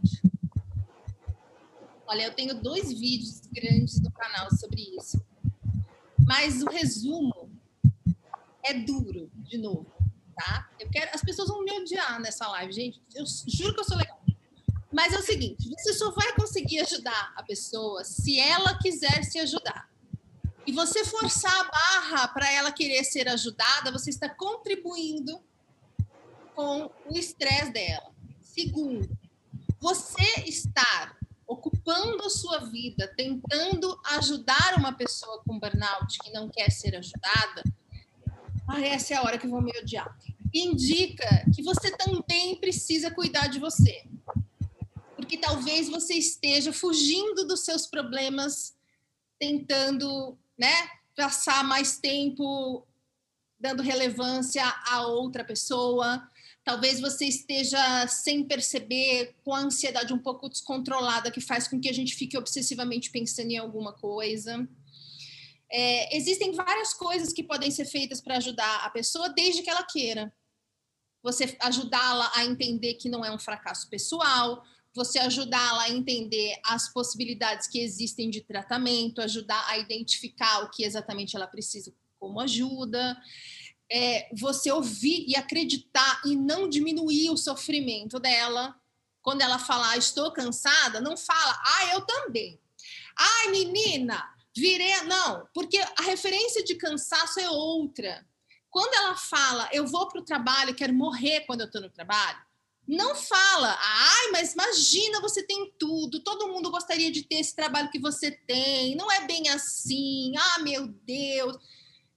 Olha, eu tenho dois vídeos grandes no canal sobre isso. Mas o resumo é duro, de novo, tá? Eu quero, as pessoas vão me odiar nessa live, gente. Eu juro que eu sou legal. Mas é o seguinte, você só vai conseguir ajudar a pessoa se ela quiser se ajudar. E você forçar a barra para ela querer ser ajudada, você está contribuindo com o estresse dela. Segundo, você estar ocupando a sua vida, tentando ajudar uma pessoa com burnout que não quer ser ajudada, ah, essa é a hora que vão me odiar. Indica que você também precisa cuidar de você. Porque talvez você esteja fugindo dos seus problemas, tentando, né, passar mais tempo dando relevância a outra pessoa. Talvez você esteja sem perceber, com a ansiedade um pouco descontrolada, que faz com que a gente fique obsessivamente pensando em alguma coisa. É, existem várias coisas que podem ser feitas para ajudar a pessoa, desde que ela queira. Você ajudá-la a entender que não é um fracasso pessoal, você ajudá-la a entender as possibilidades que existem de tratamento, ajudar a identificar o que exatamente ela precisa como ajuda. É, você ouvir e acreditar e não diminuir o sofrimento dela. Quando ela falar, estou cansada, não fala, ah, eu também. Ai, menina, virei... Não, porque a referência de cansaço é outra. Quando ela fala, eu vou para o trabalho, quero morrer quando eu estou no trabalho, não fala, ai, mas imagina, você tem tudo, todo mundo gostaria de ter esse trabalho que você tem, não é bem assim, ah, meu Deus...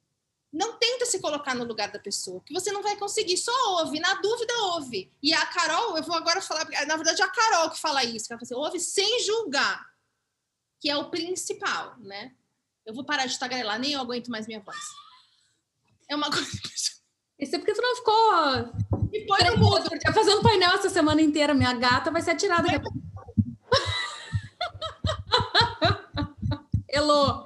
não tenta se colocar no lugar da pessoa, que você não vai conseguir, só ouve, na dúvida ouve. E a Carol, eu vou agora falar, na verdade é a Carol que fala isso, que ela fala assim, ouve sem julgar, que é o principal, né? Eu vou parar de tagarelar, nem eu aguento mais minha voz. É uma coisa... Isso é porque tu não ficou... Me põe no mudo. Já fazendo painel essa semana inteira, minha gata vai ser atirada. Elô.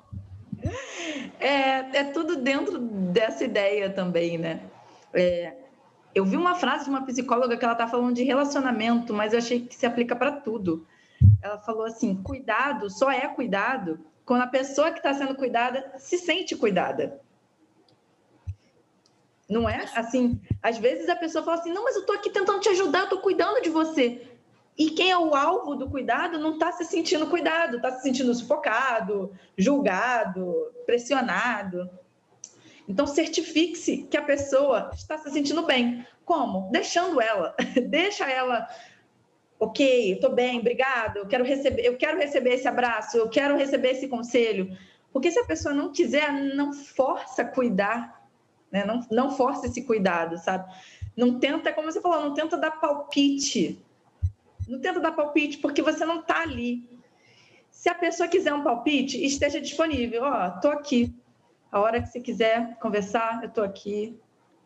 É, é tudo dentro dessa ideia também, né? É, eu vi uma frase de uma psicóloga que ela está falando de relacionamento, mas eu achei que se aplica para tudo. Ela falou assim, cuidado só é cuidado quando a pessoa que está sendo cuidada se sente cuidada. Não é? Assim, às vezes a pessoa fala assim, não, mas eu estou aqui tentando te ajudar, eu estou cuidando de você. E quem é o alvo do cuidado não está se sentindo cuidado, está se sentindo sufocado, julgado, pressionado. Então, certifique-se que a pessoa está se sentindo bem. Como? Deixando ela. Deixa ela, ok, eu estou bem, obrigado, eu quero receber, eu quero receber esse abraço, eu quero receber esse conselho. Porque se a pessoa não quiser, não força cuidar, né? não, não força esse cuidado, sabe? Não tenta, como você falou, não tenta dar palpite. Não tenta dar palpite, porque você não está ali. Se a pessoa quiser um palpite, esteja disponível. Ó, estou aqui. A hora que você quiser conversar, eu estou aqui.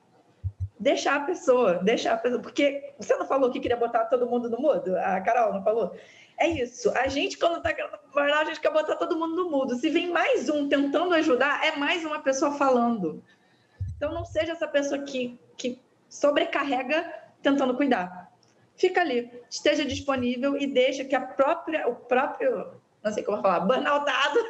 Deixa a pessoa, deixa a pessoa. Porque você não falou que queria botar todo mundo no mudo? A Carol não falou? É isso. A gente, quando está querendo falar, a gente quer botar todo mundo no mudo. Se vem mais um tentando ajudar, é mais uma pessoa falando. Então, não seja essa pessoa que, que sobrecarrega tentando cuidar. Fica ali, esteja disponível e deixa que a própria, o próprio, não sei como falar, burnoutado,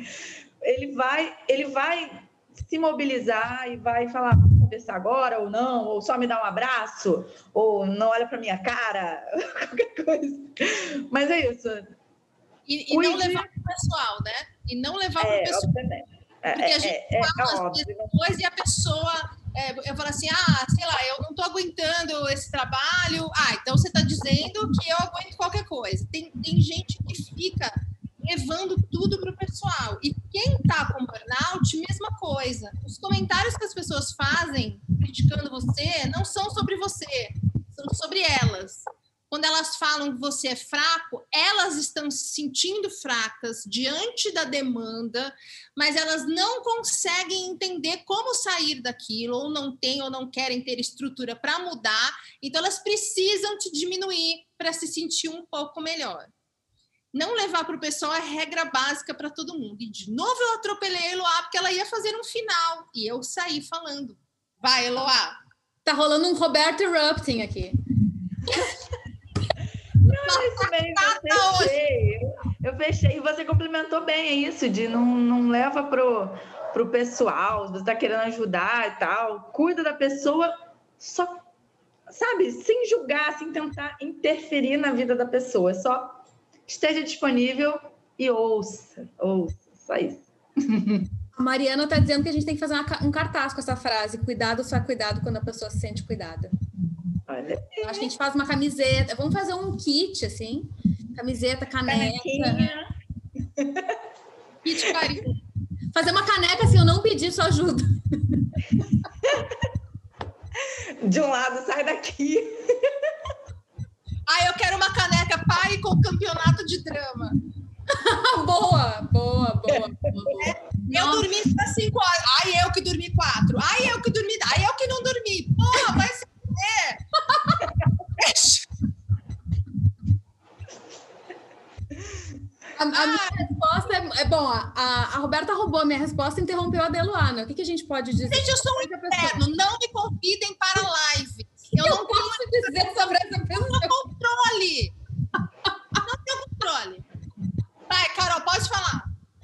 ele vai, ele vai se mobilizar e vai falar, vamos conversar agora ou não, ou só me dá um abraço, ou não olha para minha cara, qualquer coisa. Mas é isso. E, e não levar para o pessoal, né? E não levar para o é, pessoal. Obviamente. É, Porque a gente é, é, fala é depois e a pessoa... É, eu falo assim, ah, sei lá, eu não estou aguentando esse trabalho. Ah, então você está dizendo que eu aguento qualquer coisa. Tem, tem gente que fica levando tudo para o pessoal. E quem está com burnout, mesma coisa. Os comentários que as pessoas fazem criticando você não são sobre você, são sobre elas. Quando elas falam que você é fraco, elas estão se sentindo fracas diante da demanda, mas elas não conseguem entender como sair daquilo, ou não têm ou não querem ter estrutura para mudar, então elas precisam te diminuir para se sentir um pouco melhor. Não levar para o pessoal é regra básica para todo mundo. E de novo eu atropelei a Eloá, porque ela ia fazer um final, e eu saí falando. Vai, Eloá. Tá rolando um Roberto Erupting aqui. Não, isso mesmo, eu fechei. Eu fechei. E você complementou bem, é isso, de não, não leva pro, pro pessoal, você tá querendo ajudar e tal. Cuida da pessoa, só, sabe, sem julgar, sem tentar interferir na vida da pessoa. Só esteja disponível e ouça, ouça, só isso. A Mariana tá dizendo que a gente tem que fazer uma, um cartaz com essa frase, cuidado, só cuidado quando a pessoa se sente cuidada. Olha. Eu acho que a gente faz uma camiseta. Vamos fazer um kit, assim. Camiseta, caneca. Kit carinho. Fazer uma caneca, assim, eu não pedi sua ajuda. De um lado, sai daqui. Ah, eu quero uma caneca pare com o campeonato de drama. Boa, boa, boa. boa. É, eu dormi às cinco horas. Ai, eu que dormi quatro. Ai, eu que dormi. Ai, eu que não dormi. Porra, vai ser. É. A, a minha resposta é, é bom, a, a Roberta roubou a minha resposta e interrompeu a Deluana. O que, que a gente pode dizer? Gente, eu sou um inferno, não me convidem para live. Eu, eu não posso tenho dizer sobre essa pessoa. Não tenho controle. Não tenho controle. Vai, Carol, pode falar.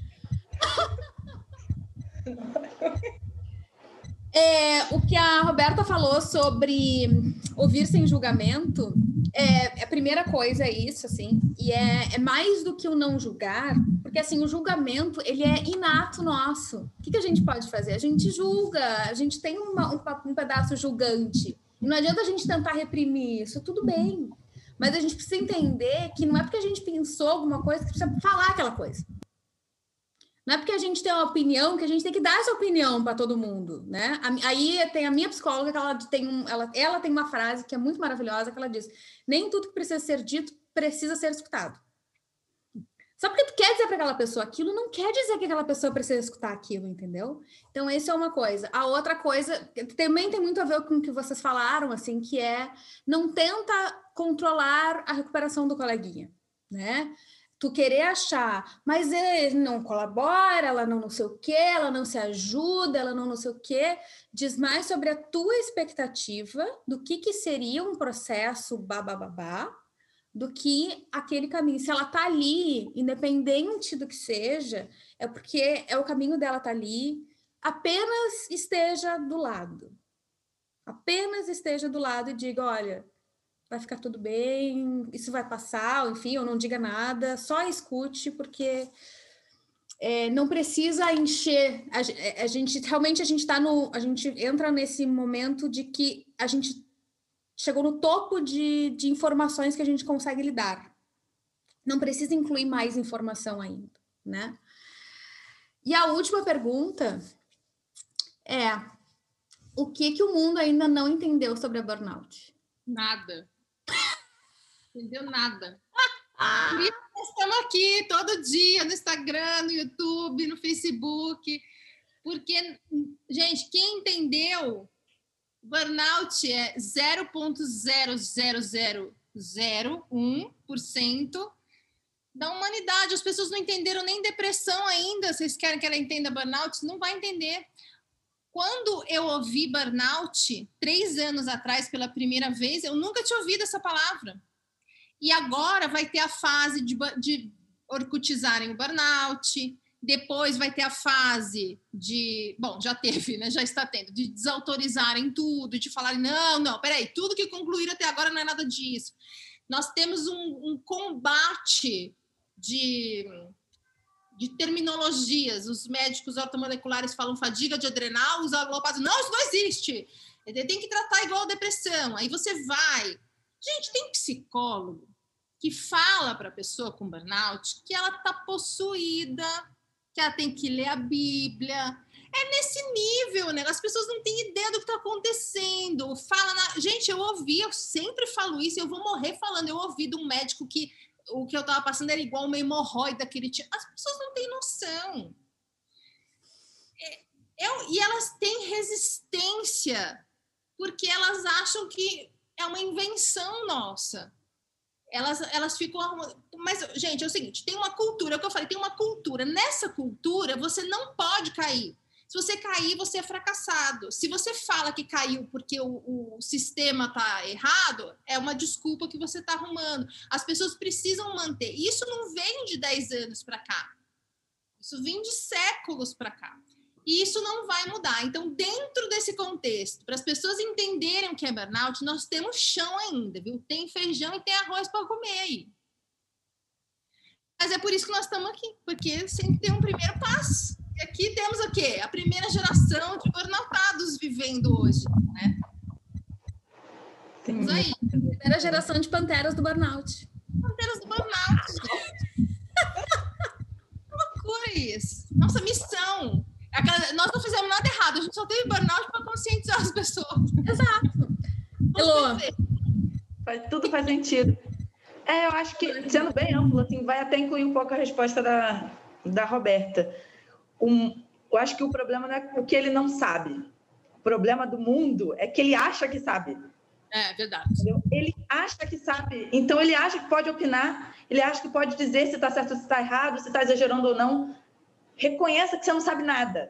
É, o que a Roberta falou sobre ouvir sem julgamento, é, a primeira coisa é isso, assim, e é, é mais do que o não julgar, porque, assim, o julgamento, ele é inato nosso. O que, que a gente pode fazer? A gente julga, a gente tem uma, um, um pedaço julgante, e não adianta a gente tentar reprimir isso, tudo bem, mas a gente precisa entender que não é porque a gente pensou alguma coisa que precisa falar aquela coisa. Não é porque a gente tem uma opinião que a gente tem que dar essa opinião para todo mundo, né? Aí tem a minha psicóloga, que ela tem, um, ela, ela tem uma frase que é muito maravilhosa, que ela diz: nem tudo que precisa ser dito precisa ser escutado. Só porque tu quer dizer para aquela pessoa aquilo, não quer dizer que aquela pessoa precisa escutar aquilo, entendeu? Então, isso é uma coisa. A outra coisa, também tem muito a ver com o que vocês falaram, assim, que é não tenta controlar a recuperação do coleguinha, né? Tu querer achar, mas ele não colabora, ela não não sei o quê, ela não se ajuda, ela não não sei o quê, diz mais sobre a tua expectativa do que, que seria um processo babababá, do que aquele caminho. Se ela tá ali, independente do que seja, é porque é o caminho dela tá ali, apenas esteja do lado. Apenas esteja do lado e diga, olha, vai ficar tudo bem, isso vai passar, enfim, ou não diga nada, só escute, porque é, não precisa encher. A, a gente, realmente, a gente tá no... A gente entra nesse momento de que a gente chegou no topo de, de informações que a gente consegue lidar. Não precisa incluir mais informação ainda, né? E a última pergunta é: o que, que o mundo ainda não entendeu sobre a burnout? Nada. Entendeu nada. Por isso nós estamos aqui todo dia no Instagram, no YouTube, no Facebook, porque, gente, quem entendeu, burnout é zero vírgula zero zero zero zero um por cento da humanidade. As pessoas não entenderam nem depressão ainda. Vocês querem que ela entenda burnout? Não vai entender. Quando eu ouvi burnout, três anos atrás, pela primeira vez, eu nunca tinha ouvido essa palavra. E agora vai ter a fase de, de orcutizarem o burnout, depois vai ter a fase de... Bom, já teve, né? Já está tendo. De desautorizarem tudo, de falarem, não, não, peraí, tudo que concluíram até agora não é nada disso. Nós temos um, um combate de... de terminologias. Os médicos ortomoleculares falam fadiga de adrenal, os alopatas, não, isso não existe. Tem que tratar igual a depressão. Aí você vai... Gente, tem psicólogo que fala para a pessoa com burnout que ela está possuída, que ela tem que ler a Bíblia. É nesse nível, né? As pessoas não têm ideia do que está acontecendo. Fala na... Gente, eu ouvi, eu sempre falo isso, eu vou morrer falando. Eu ouvi de um médico que o que eu estava passando era igual uma hemorroida daquele tipo. As pessoas não têm noção. É, eu, e elas têm resistência, porque elas acham que é uma invenção nossa. Elas, elas ficam... Mas, gente, é o seguinte, tem uma cultura, é o que eu falei, tem uma cultura. Nessa cultura, você não pode cair. Se você cair, você é fracassado. Se você fala que caiu porque o, o sistema está errado, é uma desculpa que você está arrumando. As pessoas precisam manter. Isso não vem de dez anos para cá. Isso vem de séculos para cá. E isso não vai mudar. Então, dentro desse contexto, para as pessoas entenderem o que é burnout, nós temos chão ainda, viu? Tem feijão e tem arroz para comer aí. Mas é por isso que nós estamos aqui, porque sempre tem um primeiro passo. E aqui temos o quê? A primeira geração de burnoutados vivendo hoje, né? Temos aí. A primeira geração de panteras do burnout. Panteras do burnout, gente. Que loucura isso. Nossa missão. Aquela, nós não fizemos nada errado, a gente só teve burnout para conscientizar as pessoas. Exato. Elô. Faz, tudo faz sentido. É, eu acho que, sendo bem amplo, assim, vai até incluir um pouco a resposta da, da Roberta. Um, eu acho que o problema não é o que ele não sabe. O problema do mundo é que ele acha que sabe. É, verdade. Entendeu? Ele acha que sabe, então ele acha que pode opinar, ele acha que pode dizer se está certo ou se está errado, se está exagerando ou não. Reconheça que você não sabe nada.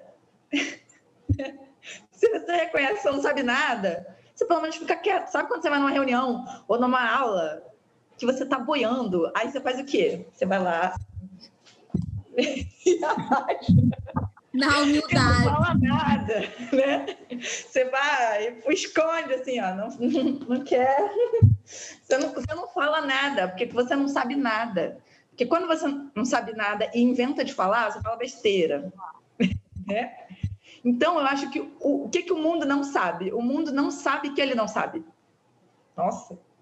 Se você reconhece que você não sabe nada, você pelo menos fica quieto. Sabe quando você vai numa reunião ou numa aula que você está boiando? Aí você faz o quê? Você vai lá e abaixa. Na humildade. Você não fala nada, né? Você vai, esconde assim, ó, não, não, não quer. Você não, você não fala nada, porque você não sabe nada. Porque quando você não sabe nada e inventa de falar, você fala besteira. Né? Então, eu acho que o, o que, que o mundo não sabe? O mundo não sabe que ele não sabe. Nossa,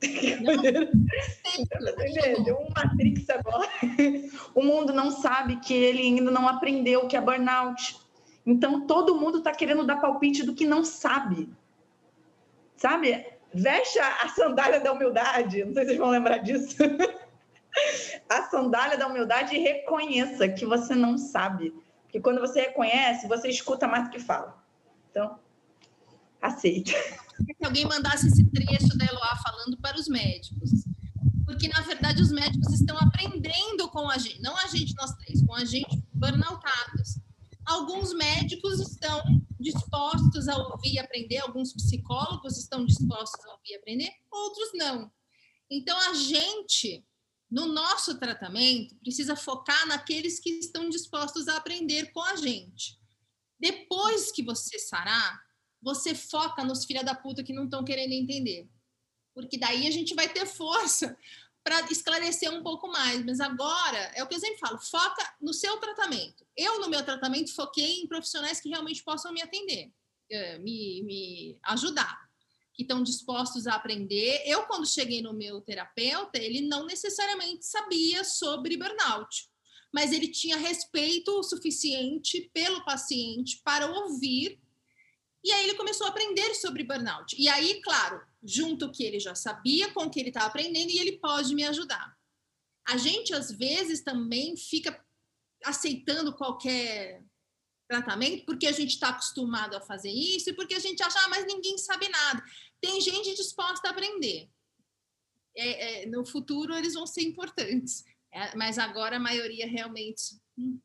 Deu um Matrix agora. O mundo não sabe que ele ainda não aprendeu o que é burnout. Então, todo mundo está querendo dar palpite do que não sabe. Sabe? Veste a sandália da humildade. Não sei se vocês vão lembrar disso. A sandália da humildade e reconheça que você não sabe. Porque quando você reconhece, você escuta mais do que fala. Então, aceita. Se alguém mandasse esse trecho da Eloá falando para os médicos. Porque, na verdade, os médicos estão aprendendo com a gente. Não a gente, nós três. Com a gente, burnoutados. Alguns médicos estão dispostos a ouvir e aprender. Alguns psicólogos estão dispostos a ouvir e aprender. Outros não. Então, a gente... No nosso tratamento, precisa focar naqueles que estão dispostos a aprender com a gente. Depois que você sarar, você foca nos filha da puta que não estão querendo entender. Porque daí a gente vai ter força para esclarecer um pouco mais. Mas agora, é o que eu sempre falo, foca no seu tratamento. Eu, no meu tratamento, foquei em profissionais que realmente possam me atender, me, me ajudar, que estão dispostos a aprender. Eu, quando cheguei no meu terapeuta, ele não necessariamente sabia sobre burnout, mas ele tinha respeito suficiente pelo paciente para ouvir, e aí ele começou a aprender sobre burnout. E aí, claro, junto o que ele já sabia com o que ele está aprendendo, e ele pode me ajudar. A gente, às vezes, também fica aceitando qualquer tratamento, porque a gente está acostumado a fazer isso e porque a gente acha, ah, mas ninguém sabe nada. Tem gente disposta a aprender. É, é, no futuro eles vão ser importantes, é, mas agora a maioria realmente... Hum.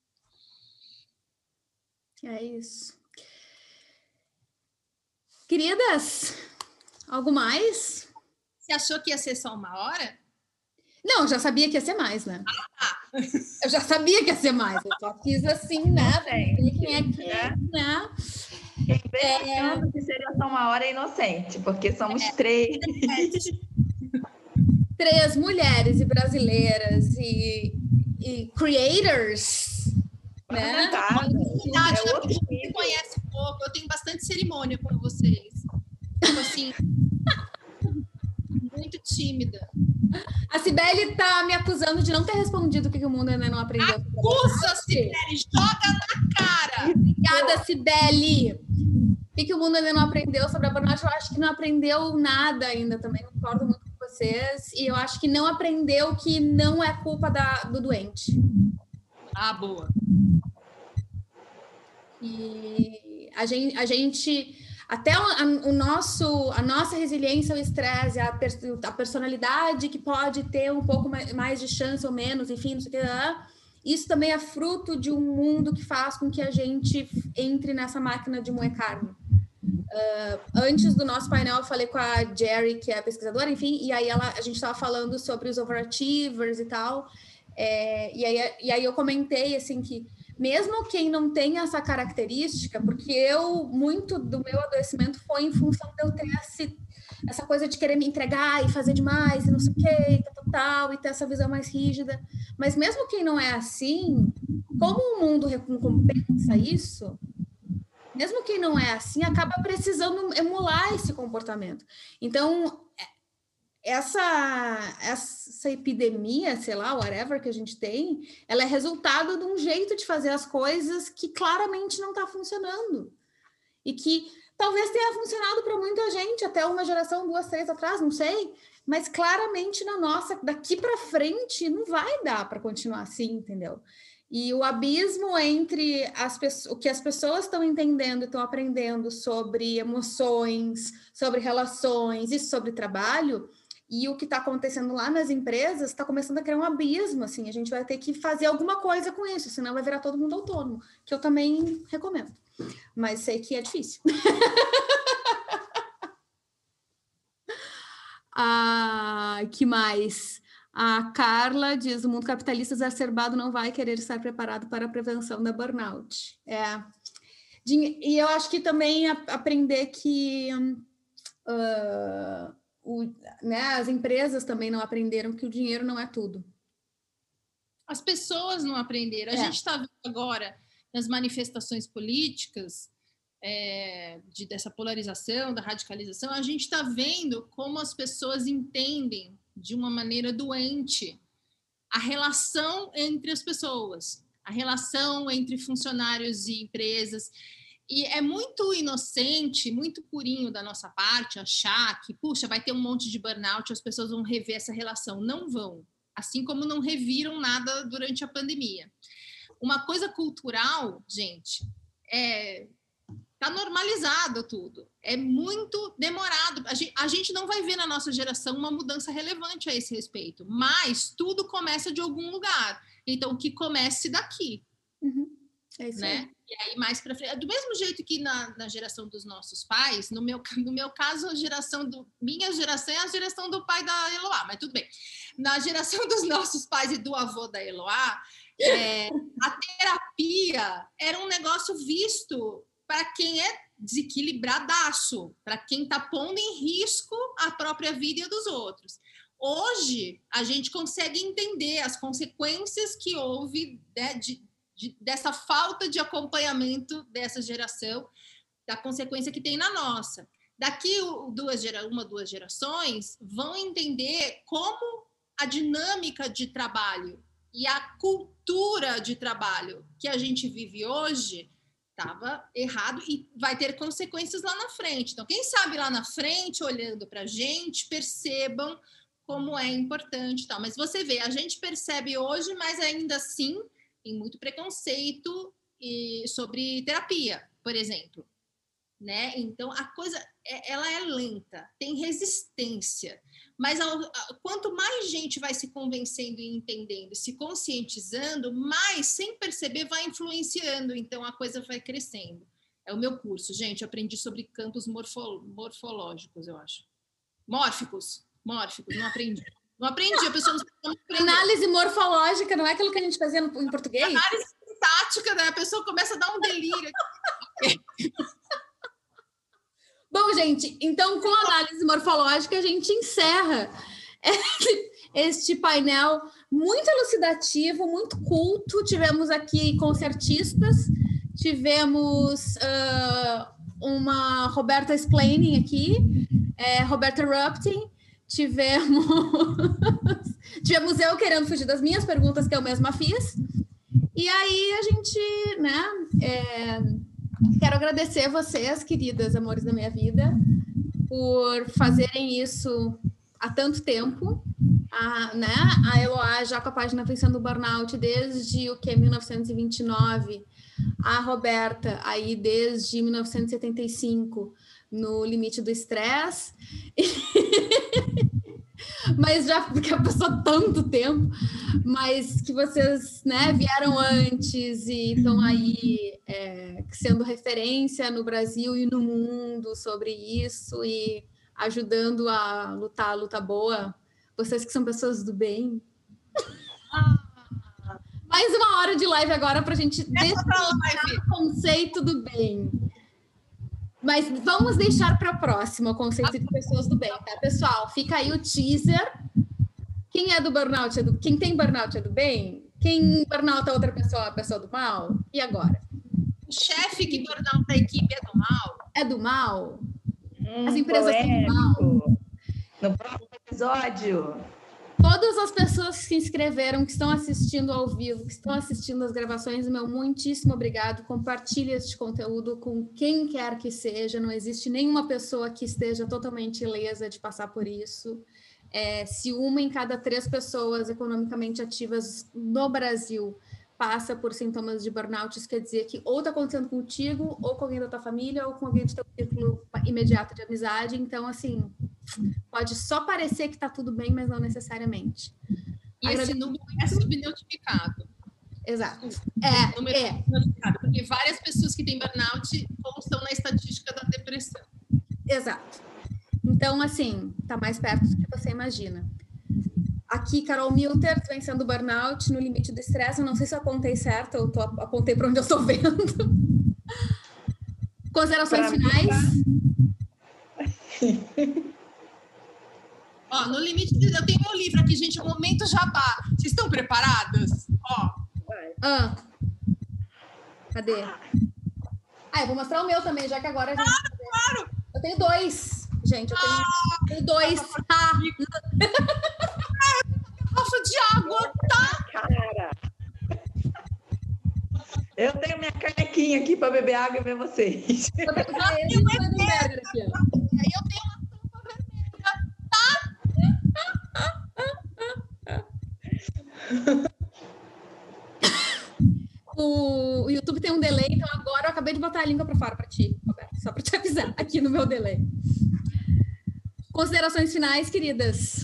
É isso. Queridas, algo mais? Você achou que ia ser só uma hora? Não, eu já sabia que ia ser mais, né? Ah. Eu já sabia que ia ser mais. Eu só quis assim, né? Quem é que é, né? Quem vem achando que seria só uma hora é inocente, porque somos é. três. Três mulheres e brasileiras e, e creators, né? Tá. Verdade, é outro você me conhece pouco, eu tenho bastante cerimônia com vocês. Tipo assim... muito tímida. A Cibele tá me acusando de não ter respondido o que o mundo ainda não aprendeu. Acusa, Cibele! Joga na cara! Obrigada, Cibele! O que o mundo ainda não aprendeu sobre a burnout? Eu acho que não aprendeu nada ainda também, concordo muito com vocês. E eu acho que não aprendeu que não é culpa da, do doente. Ah, boa. E a gente... A gente Até o, o nosso, a nossa resiliência ao estresse, a, pers, a personalidade que pode ter um pouco mais de chance ou menos, enfim, não sei o que, isso também é fruto de um mundo que faz com que a gente entre nessa máquina de moer carne. Uh, antes do nosso painel, eu falei com a Jerry, que é pesquisadora, enfim, e aí ela, a gente estava falando sobre os overachievers e tal, é, e, aí, e aí eu comentei, assim, que mesmo quem não tem essa característica, porque eu, muito do meu adoecimento foi em função de eu ter esse, essa coisa de querer me entregar e fazer demais e não sei o que, tal, tal, tal, e ter essa visão mais rígida. Mas mesmo quem não é assim, como o mundo recompensa isso, mesmo quem não é assim, acaba precisando emular esse comportamento. Então, Essa, essa epidemia, sei lá, whatever que a gente tem, ela é resultado de um jeito de fazer as coisas que claramente não está funcionando. E que talvez tenha funcionado para muita gente, até uma geração, duas, três atrás, não sei, mas claramente na nossa, daqui para frente, não vai dar para continuar assim, entendeu? E o abismo entre as pessoas, o que as pessoas estão entendendo e estão aprendendo sobre emoções, sobre relações e sobre trabalho, e o que está acontecendo lá nas empresas está começando a criar um abismo, assim, a gente vai ter que fazer alguma coisa com isso, senão vai virar todo mundo autônomo, que eu também recomendo, mas sei que é difícil. Ah, que mais? A Carla diz, o mundo capitalista exacerbado não vai querer estar preparado para a prevenção da burnout. É. E eu acho que também aprender que uh, o, né, as empresas também não aprenderam que o dinheiro não é tudo. As pessoas não aprenderam. A é. gente está vendo agora nas manifestações políticas é, de, dessa polarização, da radicalização, a gente está vendo como as pessoas entendem de uma maneira doente a relação entre as pessoas, a relação entre funcionários e empresas. E é muito inocente, muito purinho da nossa parte achar que, puxa, vai ter um monte de burnout, as pessoas vão rever essa relação. Não vão. Assim como não reviram nada durante a pandemia. Uma coisa cultural, gente, é... tá normalizado tudo. É muito demorado. A gente, a gente não vai ver na nossa geração uma mudança relevante a esse respeito. Mas tudo começa de algum lugar. Então, que comece daqui. Uhum. É isso, né? aí. E aí, mais para frente, do mesmo jeito que na, na geração dos nossos pais, no meu, no meu caso, a geração do. Minha geração é a geração do pai da Eloá, mas tudo bem. Na geração dos nossos pais e do avô da Eloá, é, a terapia era um negócio visto para quem é desequilibradaço, para quem está pondo em risco a própria vida e a dos outros. Hoje, a gente consegue entender as consequências que houve, né, de, de, dessa falta de acompanhamento dessa geração, da consequência que tem na nossa. Daqui duas, uma, duas gerações vão entender como a dinâmica de trabalho e a cultura de trabalho que a gente vive hoje estava errado e vai ter consequências lá na frente. Então, quem sabe lá na frente, olhando para a gente, percebam como é importante e tal. Mas você vê, a gente percebe hoje, mas ainda assim tem muito preconceito e, sobre terapia, por exemplo. Né? Então, a coisa ela é lenta, tem resistência. Mas ao, a, quanto mais gente vai se convencendo e entendendo, se conscientizando, mais, sem perceber, vai influenciando. Então, a coisa vai crescendo. É o meu curso, gente. Eu aprendi sobre campos morfo, morfológicos, eu acho. Mórficos. Mórficos, não aprendi. Não aprendi, a pessoa não aprendeu. Análise morfológica, não é aquilo que a gente fazia no, em português? Análise sintática, né? A pessoa começa a dar um delírio. Bom, gente, então com a análise morfológica a gente encerra este painel muito elucidativo, muito culto. Tivemos aqui concertistas, tivemos uh, uma Roberta Explaining aqui, é, Roberta Erupting, tivemos, tivemos eu querendo fugir das minhas perguntas que eu mesma fiz. E aí a gente, né... É, quero agradecer vocês, queridas amores da minha vida, por fazerem isso há tanto tempo. A, né? A Eloá já com a página Pensando no Burnout desde o que? mil novecentos e vinte e nove. A Roberta aí desde mil novecentos e setenta e cinco no Limite do Estresse. Mas já porque passou tanto tempo, mas que vocês, né, vieram antes e estão aí é, sendo referência no Brasil e no mundo sobre isso e ajudando a lutar a luta boa. Vocês que são pessoas do bem. Mais uma hora de live agora para a gente descobrir o conceito do bem. Mas vamos deixar para a próxima o conceito de pessoas do bem, tá, pessoal? Fica aí o teaser. Quem é do burnout é do... Quem tem burnout é do bem? Quem burnout é outra pessoa é a pessoa do mal? E agora? O chefe que burnout da equipe é do mal? É do mal? Hum, As empresas são do mal? No próximo episódio... Todas as pessoas que se inscreveram, que estão assistindo ao vivo, que estão assistindo as gravações, meu muitíssimo obrigado. Compartilhe este conteúdo com quem quer que seja. Não existe nenhuma pessoa que esteja totalmente ilesa de passar por isso. É, se uma em cada três pessoas economicamente ativas no Brasil passa por sintomas de burnout, isso quer dizer que ou está acontecendo contigo, ou com alguém da tua família, ou com alguém do teu círculo imediato de amizade. Então, assim... Pode só parecer que está tudo bem, mas não necessariamente. E esse número é subnotificado. Exato. É, número é. subnotificado, porque várias pessoas que têm burnout constam na estatística da depressão. Exato. Então, assim, está mais perto do que você imagina. Aqui, Carol Milter, vencendo o burnout no limite do estresse. Eu não sei se eu apontei certo, eu tô, apontei para onde eu estou vendo. Considerações pra finais? Ó, no limite, eu tenho meu livro aqui, gente, o Momento Jabá. Vocês estão preparadas? Ó. Ah. Cadê? Ah, eu vou mostrar o meu também, já que agora a gente... Claro, claro! Eu tenho dois, gente, eu tenho, ah, tenho dois. Ah. Garrafa de água, tá? Cara! Eu tenho minha canequinha aqui para beber água e ver vocês. Eu tenho esse Freudenberger aqui, ó. Aí eu tenho uma tampa vermelha, tá? O, o YouTube tem um delay, então agora eu acabei de botar a língua para fora para ti, Roberto, só para te avisar aqui no meu delay. Considerações finais, queridas.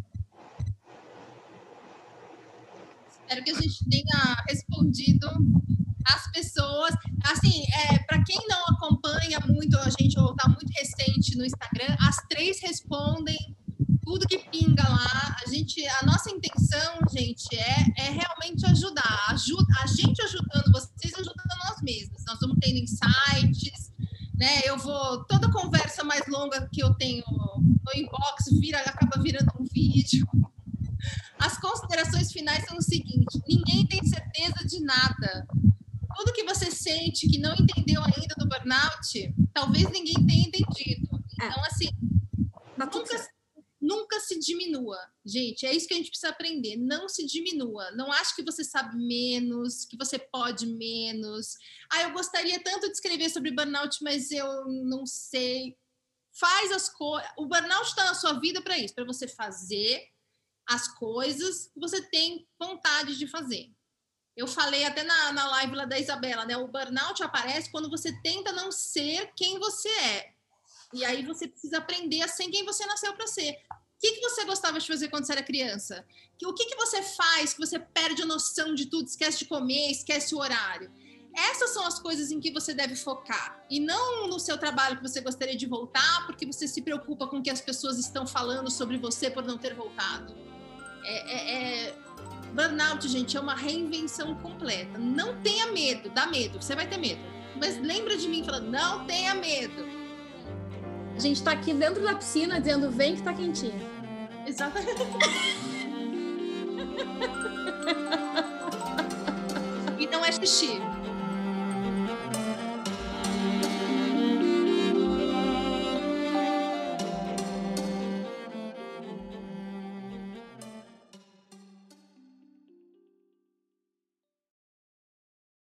Espero que a gente tenha respondido as pessoas. Assim, é, para quem não acompanha muito a gente ou está muito recente no Instagram, as três respondem tudo que pinga lá. A gente, a nossa intenção, gente, é, é realmente ajudar. Ajuda, a gente ajudando vocês, ajudando nós mesmos. Nós vamos tendo insights, né? Eu vou toda conversa mais longa que eu tenho no inbox vira, acaba virando um vídeo. As considerações finais são o seguinte: ninguém tem certeza de nada. Tudo que você sente que não entendeu ainda do burnout, talvez ninguém tenha entendido. Então, assim, nunca, nunca se diminua. Gente, é isso que a gente precisa aprender. Não se diminua. Não ache que você sabe menos, que você pode menos. Ah, eu gostaria tanto de escrever sobre burnout, mas eu não sei. Faz as coisas. O burnout está na sua vida para isso, para você fazer as coisas que você tem vontade de fazer. Eu falei até na, na live lá da Isabela, né? O burnout aparece quando você tenta não ser quem você é. E aí você precisa aprender a ser quem você nasceu para ser. O que, que você gostava de fazer quando você era criança? O que, que você faz que você perde a noção de tudo, esquece de comer, esquece o horário? Essas são as coisas em que você deve focar. E não no seu trabalho que você gostaria de voltar, porque você se preocupa com o que as pessoas estão falando sobre você por não ter voltado. É, é, é... Burnout, gente, é uma reinvenção completa. Não tenha medo, dá medo, você vai ter medo. Mas lembra de mim falando, não tenha medo. A gente tá aqui dentro da piscina dizendo, vem que tá quentinho. Exatamente. E não é xixi.